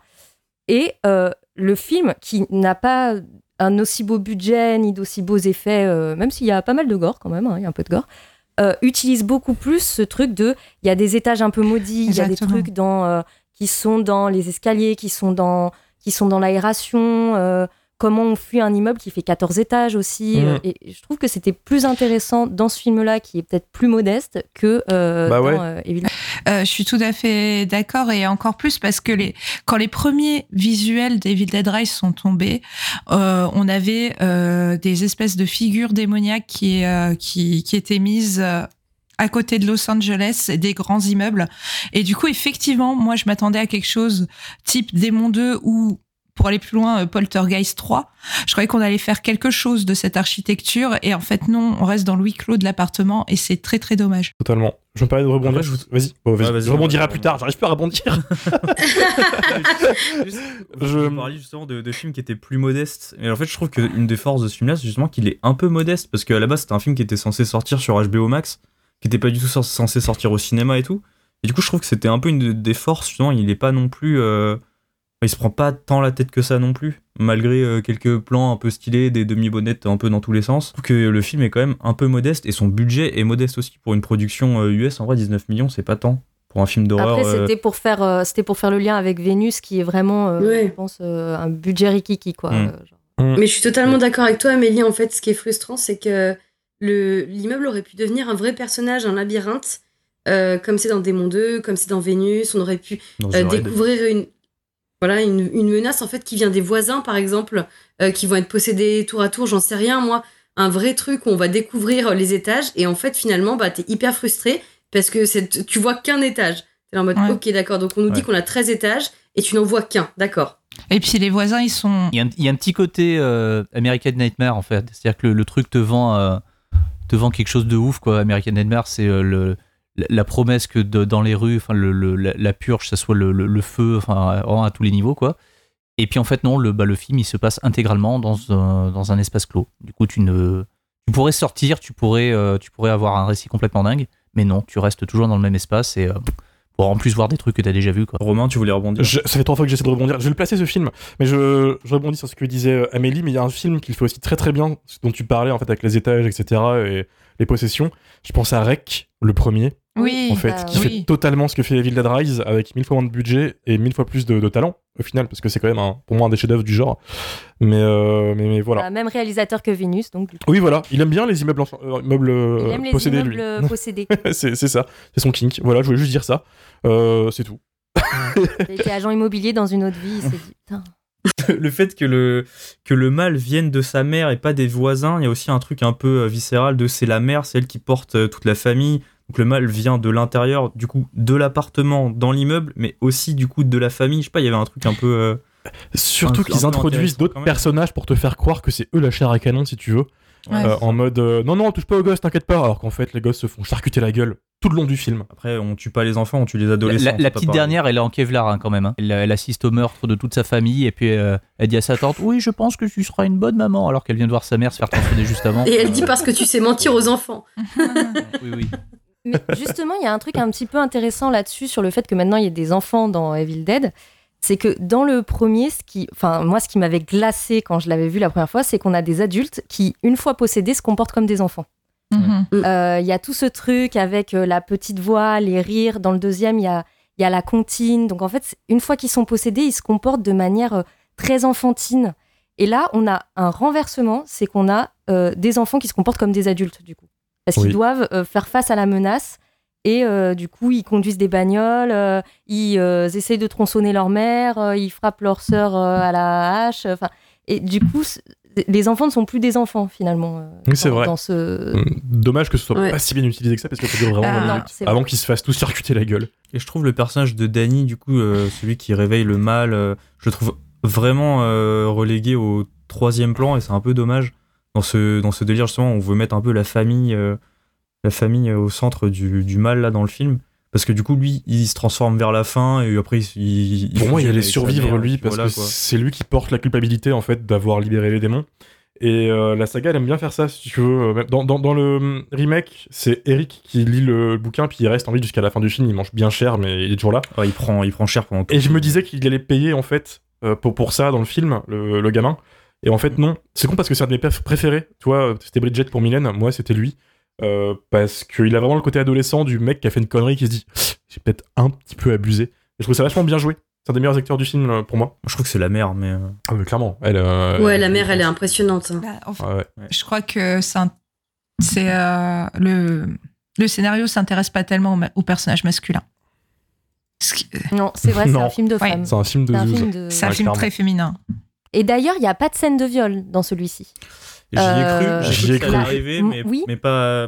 Et euh, le film, qui n'a pas... un aussi beau budget, ni d'aussi beaux effets, euh, même s'il y a pas mal de gore quand même, il hein, y a un peu de gore, euh, utilise beaucoup plus ce truc de... Il y a des étages un peu maudits, il y a des trucs dans, euh, qui sont dans les escaliers, qui sont dans, qui sont dans l'aération, euh, comment on fuit un immeuble qui fait quatorze étages aussi. Mmh. Euh, et je trouve que c'était plus intéressant dans ce film-là, qui est peut-être plus modeste, que euh, bah dans ouais. euh, Evil. Euh, je suis tout à fait d'accord, et encore plus parce que les, quand les premiers visuels d'Evil Dead Rise sont tombés, euh, on avait euh, des espèces de figures démoniaques qui, euh, qui, qui étaient mises euh, à côté de Los Angeles, des grands immeubles. Et du coup, effectivement, moi, je m'attendais à quelque chose type Démon deux ou, pour aller plus loin, Poltergeist trois. Je croyais qu'on allait faire quelque chose de cette architecture, et en fait non, on reste dans le huis clos de l'appartement, et c'est très très dommage. Totalement. Je me permets de rebondir. Ah, je... Vas-y, oh, vas-y. Ah, vas-y, je rebondirai euh, plus tard, j'arrive plus à rebondir. je... je parlais justement de, de films qui étaient plus modestes, et en fait je trouve qu'une des forces de ce film-là, c'est justement qu'il est un peu modeste, parce qu'à la base c'était un film qui était censé sortir sur H B O Max, qui était pas du tout censé sortir au cinéma et tout, et du coup je trouve que c'était un peu une des forces, justement, il est pas non plus... Euh... Il se prend pas tant la tête que ça non plus, malgré euh, quelques plans un peu stylés, des demi-bonnettes un peu dans tous les sens. Je trouve que le film est quand même un peu modeste, et son budget est modeste aussi pour une production euh, U S. En vrai, dix-neuf millions, c'est pas tant pour un film d'horreur. Après, c'était, euh... pour faire, euh, c'était pour faire le lien avec Vénus, qui est vraiment, euh, ouais. je pense, euh, un budget rikiki, quoi. Mm. Euh, genre. Mais je suis totalement d'accord avec toi, Amélie. En fait, ce qui est frustrant, c'est que le, l'immeuble aurait pu devenir un vrai personnage, un labyrinthe, euh, comme c'est dans Démon deux, comme c'est dans Vénus. On aurait pu euh, découvrir une... Voilà, une, une menace en fait qui vient des voisins, par exemple, euh, qui vont être possédés tour à tour, j'en sais rien, moi. Un vrai truc où on va découvrir les étages, et en fait, finalement, bah, t'es hyper frustré parce que c'est, tu vois qu'un étage. T'es en mode, ouais. ok, d'accord, donc on nous ouais. dit qu'on a treize étages et tu n'en vois qu'un, d'accord. Et puis les voisins, ils sont... Il y a un, il y a un petit côté euh, American Nightmare, en fait. C'est-à-dire que le, le truc te vend, euh, te vend quelque chose de ouf, quoi. American Nightmare, c'est euh, le... la promesse que de, dans les rues, enfin le, le, la, la purge, ça soit le, le, le feu, enfin à, à tous les niveaux, quoi. Et puis en fait non, le, bah, le film il se passe intégralement dans un, dans un espace clos. Du coup tu ne, tu pourrais sortir, tu pourrais, euh, tu pourrais avoir un récit complètement dingue, mais non, tu restes toujours dans le même espace, et euh, pour en plus voir des trucs que t'as déjà vu, quoi. Romain, tu voulais rebondir? je, Ça fait trois fois que j'essaie de rebondir. Je vais le placer ce film, mais je, je rebondis sur ce que disait Amélie. Mais il y a un film qu'il fait aussi très très bien, dont tu parlais en fait avec les étages, et cetera et les possessions. Je pense à Rec, le premier. Oui, en fait, bah, qui oui. fait totalement ce que fait Evil Dead Rise, avec mille fois moins de budget et mille fois plus de, de talent au final, parce que c'est quand même un, pour moi un des chefs-d'œuvre du genre. Mais, euh, mais, mais voilà. Bah, même réalisateur que Vénus, donc. Du coup. Oui, voilà. Il aime bien les immeubles, euh, immeubles Il aime possédés, les immeubles lui. possédés. c'est, c'est ça, c'est son kink. Voilà, je voulais juste dire ça. Euh, c'est tout. Il a été agent immobilier dans une autre vie, il s'est dit putain. Le fait que le, que le mal vienne de sa mère et pas des voisins, il y a aussi un truc un peu viscéral de c'est la mère, c'est elle qui porte toute la famille. Donc le mal vient de l'intérieur, du coup, de l'appartement dans l'immeuble, mais aussi du coup de la famille. Je sais pas, il y avait un truc un peu... Euh, Surtout un, qu'ils un introduisent d'autres personnages pour te faire croire que c'est eux la chair à canon, si tu veux. Ouais. Euh, en mode, euh, non, non, touche pas aux gosses, t'inquiète pas. Alors qu'en fait, les gosses se font charcuter la gueule tout le long du film. Après, on tue pas les enfants, on tue les adolescents. La, la c'est pas petite pareil. dernière, elle est en Kevlar hein, quand même. Hein. Elle, elle assiste au meurtre de toute sa famille et puis euh, elle dit à sa tante oui, je pense que tu seras une bonne maman, alors qu'elle vient de voir sa mère se faire transfuser juste avant. Et elle dit parce que tu sais mentir aux enfants. Oui, oui. Mais justement, il y a un truc un petit peu intéressant là-dessus sur le fait que maintenant il y a des enfants dans Evil Dead. C'est que dans le premier, ce qui, enfin moi, ce qui m'avait glacé quand je l'avais vu la première fois, c'est qu'on a des adultes qui, une fois possédés, se comportent comme des enfants. Il Mhm. euh, y a tout ce truc avec euh, la petite voix, les rires. Dans le deuxième, il y a, y a la comptine. Donc en fait, c'est- une fois qu'ils sont possédés, ils se comportent de manière euh, très enfantine. Et là, on a un renversement, c'est qu'on a euh, des enfants qui se comportent comme des adultes, du coup. Parce Oui. qu'ils doivent euh, faire face à la menace. Et euh, du coup, ils conduisent des bagnoles, euh, ils euh, essayent de tronçonner leur mère, euh, ils frappent leur sœur euh, à la hache. Enfin, et du coup, c- les enfants ne sont plus des enfants, finalement. euh, Oui, c'est dans- vrai. Dans ce... Hum, Dommage que ce soit Ouais. pas si bien utilisé que ça, parce que ça dure vraiment Ah, vingt non, minutes c'est vrai. avant qu'ils se fassent tous circuiter la gueule. Et je trouve le personnage de Danny, du coup, euh, celui qui réveille le mal, euh, je le trouve vraiment euh, relégué au troisième plan et c'est un peu dommage. Dans ce, dans ce délire, justement, on veut mettre un peu la famille, euh, la famille euh, au centre du, du mal là dans le film. Parce que du coup, lui, il se transforme vers la fin et après, il. il Pour moi, il fusionne allait avec sa survivre mère, lui, et puis parce voilà, que quoi. c'est lui qui porte la culpabilité en fait d'avoir libéré les démons. Et euh, la saga, elle aime bien faire ça, si tu veux. Euh, Dans, dans, dans le hum, remake, c'est Eric qui lit le bouquin, puis il reste en vie jusqu'à la fin du film. Il mange bien cher, mais il est toujours là. Ouais, il, prend, il prend cher pendant tout. Et je me disais qu'il allait payer en fait euh, pour, pour ça dans le film, le, le gamin. Et en fait, non. C'est con parce que c'est un de mes perfs préférés. Tu vois, c'était Bridget pour Mylène, moi c'était lui. Euh, parce qu'il a vraiment le côté adolescent du mec qui a fait une connerie qui se dit j'ai peut-être un petit peu abusé. Et je trouve ça vachement bien joué. C'est un des meilleurs acteurs du film euh, pour moi. Je crois que c'est la mère, mais. euh, Ah, mais clairement. Elle, euh, Ouais, elle- la mère, elle est impressionnante. hein. Bah, en fait, Ouais, ouais. je crois que c'est un- c'est, euh, le, le scénario s'intéresse pas tellement au, ma- au personnage masculin. Ce qui- Non, c'est vrai, c'est Non. un film de Ouais. femme. C'est un film de C'est un zouze. film de... C'est un Ouais, film clairement. très féminin. Et d'ailleurs, il n'y a pas de scène de viol dans celui-ci. J'y ai Euh, cru, J'y j'ai ai cru que ça allait cru. arriver, M- mais, oui. mais pas.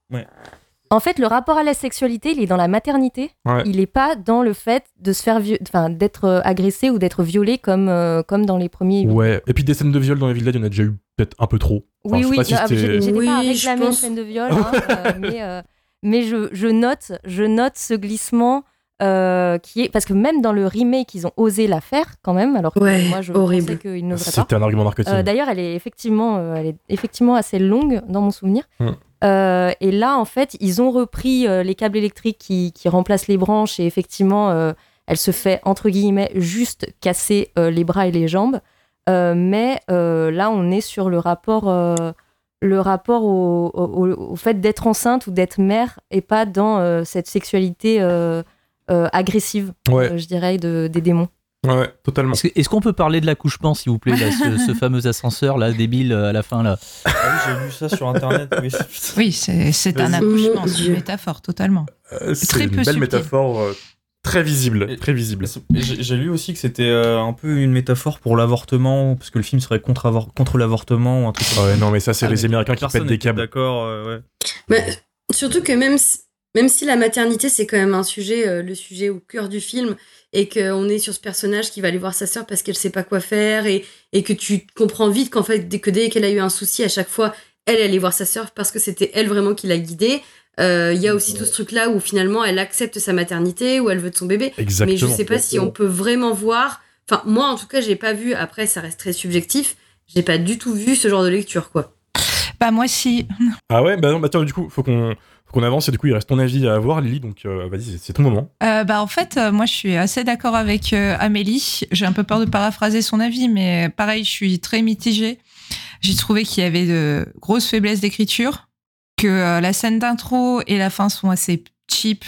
En fait, le rapport à la sexualité, il est dans la maternité. Ouais. Il n'est pas dans le fait de se faire viol- enfin, d'être euh, agressé ou d'être violé comme, euh, comme dans les premiers. Ouais. Et puis des scènes de viol dans Evil Dead, il y en a déjà eu peut-être un peu trop. Enfin, Oui, je sais oui, pas si ah, c'était- j'ai- j'étais Oui, pas à je réclamer une pense. scène de viol, hein, euh, mais, euh, mais je, je, note, je note ce glissement euh, qui est... Parce que même dans le remake, ils ont osé la faire quand même, alors que Ouais, moi, je horrible. pensais qu'ils ne devraient pas. C'était un argument marketing. Euh, D'ailleurs, elle est effectivement, euh, elle est effectivement assez longue dans mon souvenir. Mm. Euh, et là, en fait, ils ont repris euh, les câbles électriques qui, qui remplacent les branches et effectivement, euh, elle se fait entre guillemets juste casser euh, les bras et les jambes. Euh, mais euh, là, on est sur le rapport, euh, le rapport au, au, au fait d'être enceinte ou d'être mère et pas dans euh, cette sexualité euh, euh, agressive, Ouais. euh, je dirais, de, des démons. Ouais, ouais, totalement. Est-ce, que- est-ce qu'on peut parler de l'accouchement, s'il vous plaît, là, ce, ce fameux ascenseur là, débile euh, à la fin là. Ah oui, j'ai lu ça sur internet. Oui, Oui, c'est c'est un Vas-y. accouchement, Mon c'est Dieu. une métaphore, totalement. Euh, c'est Très une peu belle subtil. métaphore, euh, très visible, Et- très visible. J'ai j'ai lu aussi que c'était euh, un peu une métaphore pour l'avortement, parce que le film serait contre, avor- contre l'avortement ou un truc comme ça. Ouais, non, mais ça, c'est Ah, les mais Américains qui personne pètent des n'était câbles. D'accord, euh, ouais. Mais surtout que même si, même si la maternité, c'est quand même un sujet, euh, le sujet au cœur du film, et qu'on est sur ce personnage qui va aller voir sa sœur parce qu'elle sait pas quoi faire, et, et que tu comprends vite qu'en fait, dès que dès qu'elle a eu un souci, à chaque fois, elle allait voir sa sœur parce que c'était elle vraiment qui l'a guidée. Euh, Il y a aussi tout ce truc-là où finalement, elle accepte sa maternité, où elle veut de son bébé. Exactement. Mais je sais pas si on peut vraiment voir. Enfin, moi, en tout cas, j'ai pas vu. Après, ça reste très subjectif. J'ai pas du tout vu ce genre de lecture, quoi. Bah, moi, si. Ah ouais, bah non, bah attends, du coup, faut qu'on faut qu'on avance, et du coup, il reste ton avis à avoir, Lily, donc euh, vas-y, c'est- c'est ton moment. Euh, bah, en fait, euh, moi, je suis assez d'accord avec euh, Amélie. J'ai un peu peur de paraphraser son avis, mais pareil, je suis très mitigée. J'ai trouvé qu'il y avait de grosses faiblesses d'écriture, que euh, la scène d'intro et la fin sont assez cheap,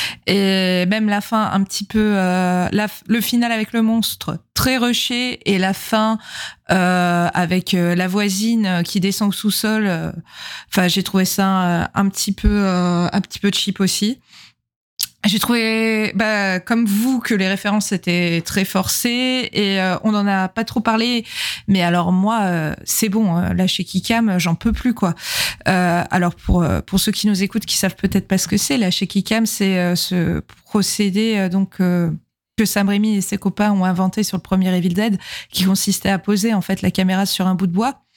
et même la fin un petit peu, euh, la, le final avec le monstre très rushé, et la fin euh, avec euh, la voisine qui descend au sous-sol. Enfin, euh, j'ai trouvé ça euh, un petit peu, euh, un petit peu cheap aussi. J'ai trouvé, bah, comme vous, que les références étaient très forcées, et euh, on n'en a pas trop parlé. Mais alors moi, euh, c'est bon, euh, là chez Kikam, j'en peux plus, quoi. Euh, alors pour euh, pour ceux qui nous écoutent, qui savent peut-être pas ce que c'est, là chez Kikam, c'est euh, ce procédé euh, donc euh, que Sam Raimi et ses copains ont inventé sur le premier Evil Dead, qui consistait à poser en fait la caméra sur un bout de bois.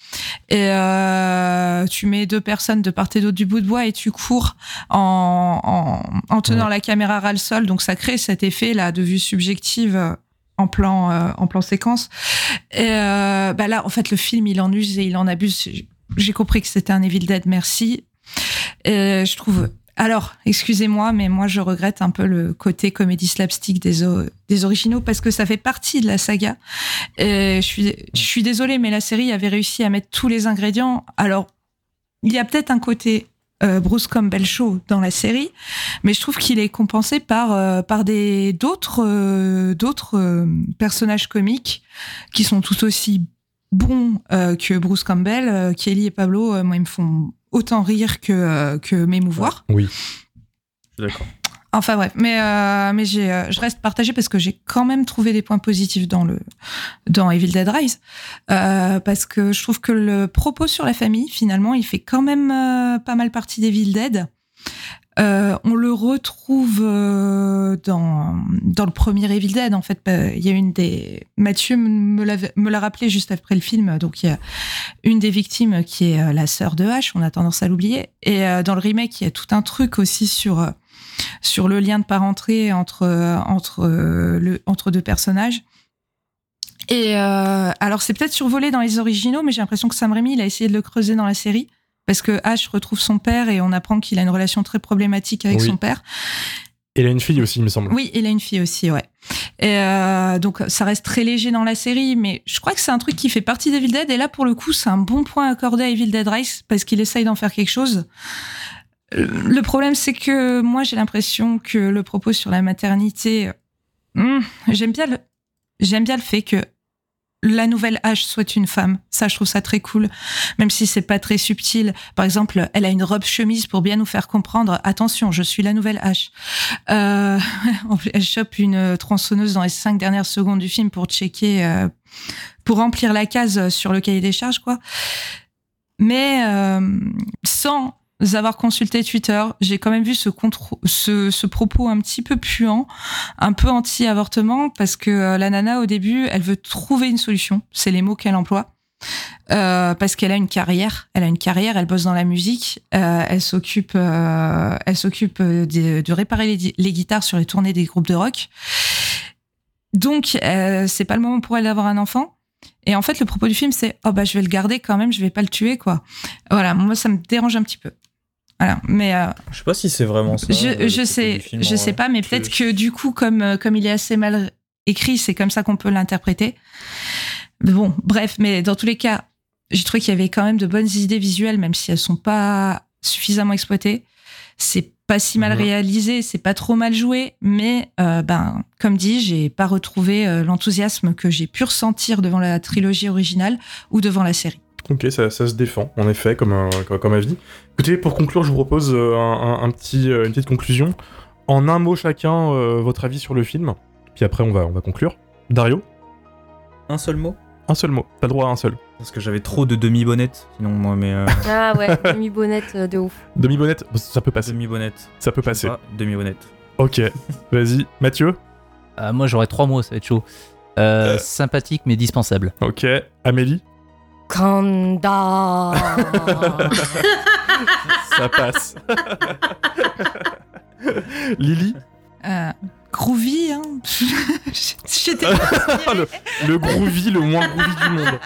et euh, tu mets deux personnes de part et d'autre du bout de bois et tu cours en, en, en tenant Ouais. la caméra ras le sol, donc ça crée cet effet là de vue subjective euh, en plan euh, en plan séquence. Et euh, bah là, en fait, le film il en use et il en abuse. J'ai- J'ai compris que c'était un Evil Dead, merci. Et je trouve. Alors, excusez-moi, mais moi je regrette un peu le côté comédie slapstick des, o- des originaux parce que ça fait partie de la saga. Et je suis, je suis désolée, mais la série avait réussi à mettre tous les ingrédients. Alors, il y a peut-être un côté euh, Bruce Campbell show dans la série, mais je trouve qu'il est compensé par euh, par des d'autres euh, d'autres euh, personnages comiques qui sont tout aussi bons euh, que Bruce Campbell. Euh, Kelly et Pablo, euh, moi, ils me font autant rire que euh, que m'émouvoir. Oui. Je suis d'accord. Enfin bref, mais euh, mais j'ai euh, je reste partagée parce que j'ai quand même trouvé des points positifs dans le dans Evil Dead Rise euh, parce que je trouve que le propos sur la famille finalement il fait quand même euh, pas mal partie d'Evil Dead. Euh, on le retrouve euh, dans dans le premier Evil Dead en fait. bah, Il y a une des Mathieu me l'a me l'a rappelé juste après le film. Donc il y a une des victimes qui est euh, la sœur de H. On a tendance à l'oublier. Et euh, dans le remake, il y a tout un truc aussi sur euh, sur le lien de parenté entre euh, entre euh, le entre deux personnages. Et euh, alors c'est peut-être survolé dans les originaux, mais j'ai l'impression que Sam Raimi il a essayé de le creuser dans la série. Parce que Ash retrouve son père et on apprend qu'il a une relation très problématique avec Oui. son père. Et il a une fille aussi, il me semble. Oui, il a une fille aussi, ouais. Et euh, donc ça reste très léger dans la série, mais je crois que c'est un truc qui fait partie d'Evil Dead. Et là, pour le coup, c'est un bon point accordé à Evil Dead Rise parce qu'il essaye d'en faire quelque chose. Le problème, c'est que moi, j'ai l'impression que le propos sur la maternité, hum, j'aime bien le, j'aime bien le fait que la nouvelle H soit une femme. Ça, je trouve ça très cool, même si c'est pas très subtil. Par exemple, elle a une robe chemise pour bien nous faire comprendre. Attention, je suis la nouvelle H. Euh, elle chope une tronçonneuse dans les cinq dernières secondes du film pour checker, euh, pour remplir la case sur le cahier des charges, quoi. Mais euh, sans avoir consulté Twitter, j'ai quand même vu ce, contro- ce, ce propos un petit peu puant, un peu anti-avortement, parce que euh, la nana, au début, elle veut trouver une solution. C'est les mots qu'elle emploie. Euh, parce qu'elle a une carrière, elle a une carrière, elle bosse dans la musique, euh, elle s'occupe, euh, elle s'occupe de, de réparer les, les guitares sur les tournées des groupes de rock. Donc, euh, c'est pas le moment pour elle d'avoir un enfant. Et en fait, le propos du film, c'est oh bah je vais le garder quand même, je vais pas le tuer quoi. Voilà, moi ça me dérange un petit peu. Voilà, mais euh, Je sais pas si c'est vraiment ça. je, euh, je le sais, propos du film, je en sais vrai. pas, mais Je- peut-être que du coup, comme euh, comme il est assez mal écrit, c'est comme ça qu'on peut l'interpréter. Mais bon, bref, mais dans tous les cas, j'ai trouvé qu'il y avait quand même de bonnes idées visuelles, même si elles sont pas suffisamment exploitées. C'est pas si mal Mhm. réalisé, c'est pas trop mal joué, mais euh, ben comme dit, j'ai pas retrouvé euh, l'enthousiasme que j'ai pu ressentir devant la trilogie originale ou devant la série. Ok, ça, ça se défend, en effet, comme, un- comme, comme avis. Écoutez, pour conclure, je vous propose euh, un, un- un petit, euh, une petite conclusion. En un mot chacun, euh, votre avis sur le film, puis après on va, on va conclure. Dario, Un seul mot un seul mot, t'as le droit à un seul. Parce que j'avais trop de demi-bonnettes, sinon moi, mais. Euh, Ah ouais, demi-bonnette euh, de ouf. Demi-bonnette, ça peut passer. demi-bonnettes. Ça peut Je sais passer. pas, demi-bonnettes. Ok, vas-y. Mathieu. Euh, moi, j'aurais trois mots, ça va être chaud. Euh, sympathique mais dispensable. Ok, Amélie. Kanda. Ça passe. Lily. Euh, groovy, hein. J'étais le, le groovy, le moins groovy du monde.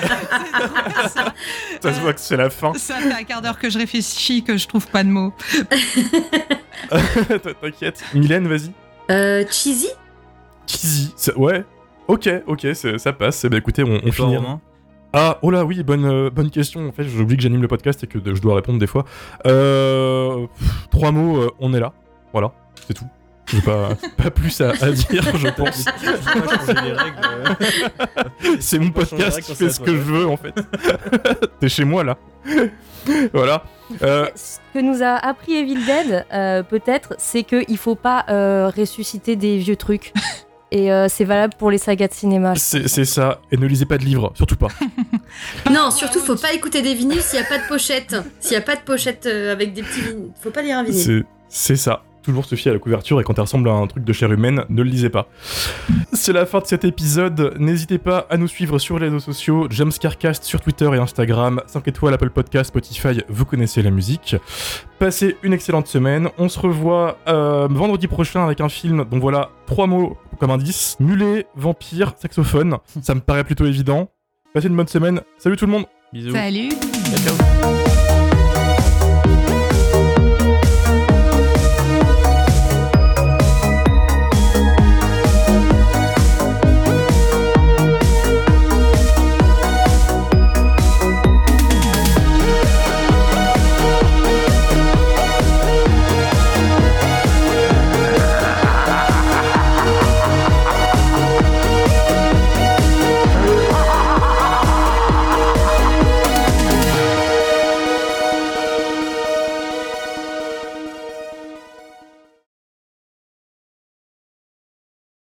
Ça se voit que c'est la fin. Ça fait un quart d'heure que je réfléchis, que je trouve pas de mots. T'inquiète. Mylène, vas-y. Euh, cheesy Cheesy. ça- Ouais. Ok, ok, c'est- ça passe. Eh ben, écoutez, on, on Et toi, finit. Romain Ah, oh là, oui, bonne, euh, bonne question. En fait, j'oublie que j'anime le podcast et que de- je dois répondre des fois. Euh, pff, trois mots, euh, on est là. Voilà, c'est tout. J'ai pas, pas plus à, à dire, je pense. C'est mon podcast qui fait ce que je veux, en fait. T'es chez moi, là. Voilà. Euh, Ce que nous a appris Evil Dead, euh, peut-être, c'est qu'il faut pas euh, ressusciter des vieux trucs. Et euh, c'est valable pour les sagas de cinéma. je c'est pense. c'est ça. Et ne lisez pas de livres, surtout pas. Non, surtout, faut pas écouter des vinyles s'il y a pas de pochette. S'il y a pas de pochette euh, avec des petits vinyles, faut pas lire un vinyle. C'est c'est ça. toujours se fier à la couverture et quand elle ressemble à un truc de chair humaine, ne le lisez pas. C'est la fin de cet épisode. N'hésitez pas à nous suivre sur les réseaux sociaux, Jumpscarecast sur Twitter et Instagram, cinq étoiles Apple Podcast, Spotify, vous connaissez la musique. Passez une excellente semaine. On se revoit euh, vendredi prochain avec un film dont voilà trois mots comme indice: mulet, vampire, saxophone. Ça me paraît plutôt évident. Passez une bonne semaine. Salut tout le monde. Bisous. Salut. Ciao, ciao.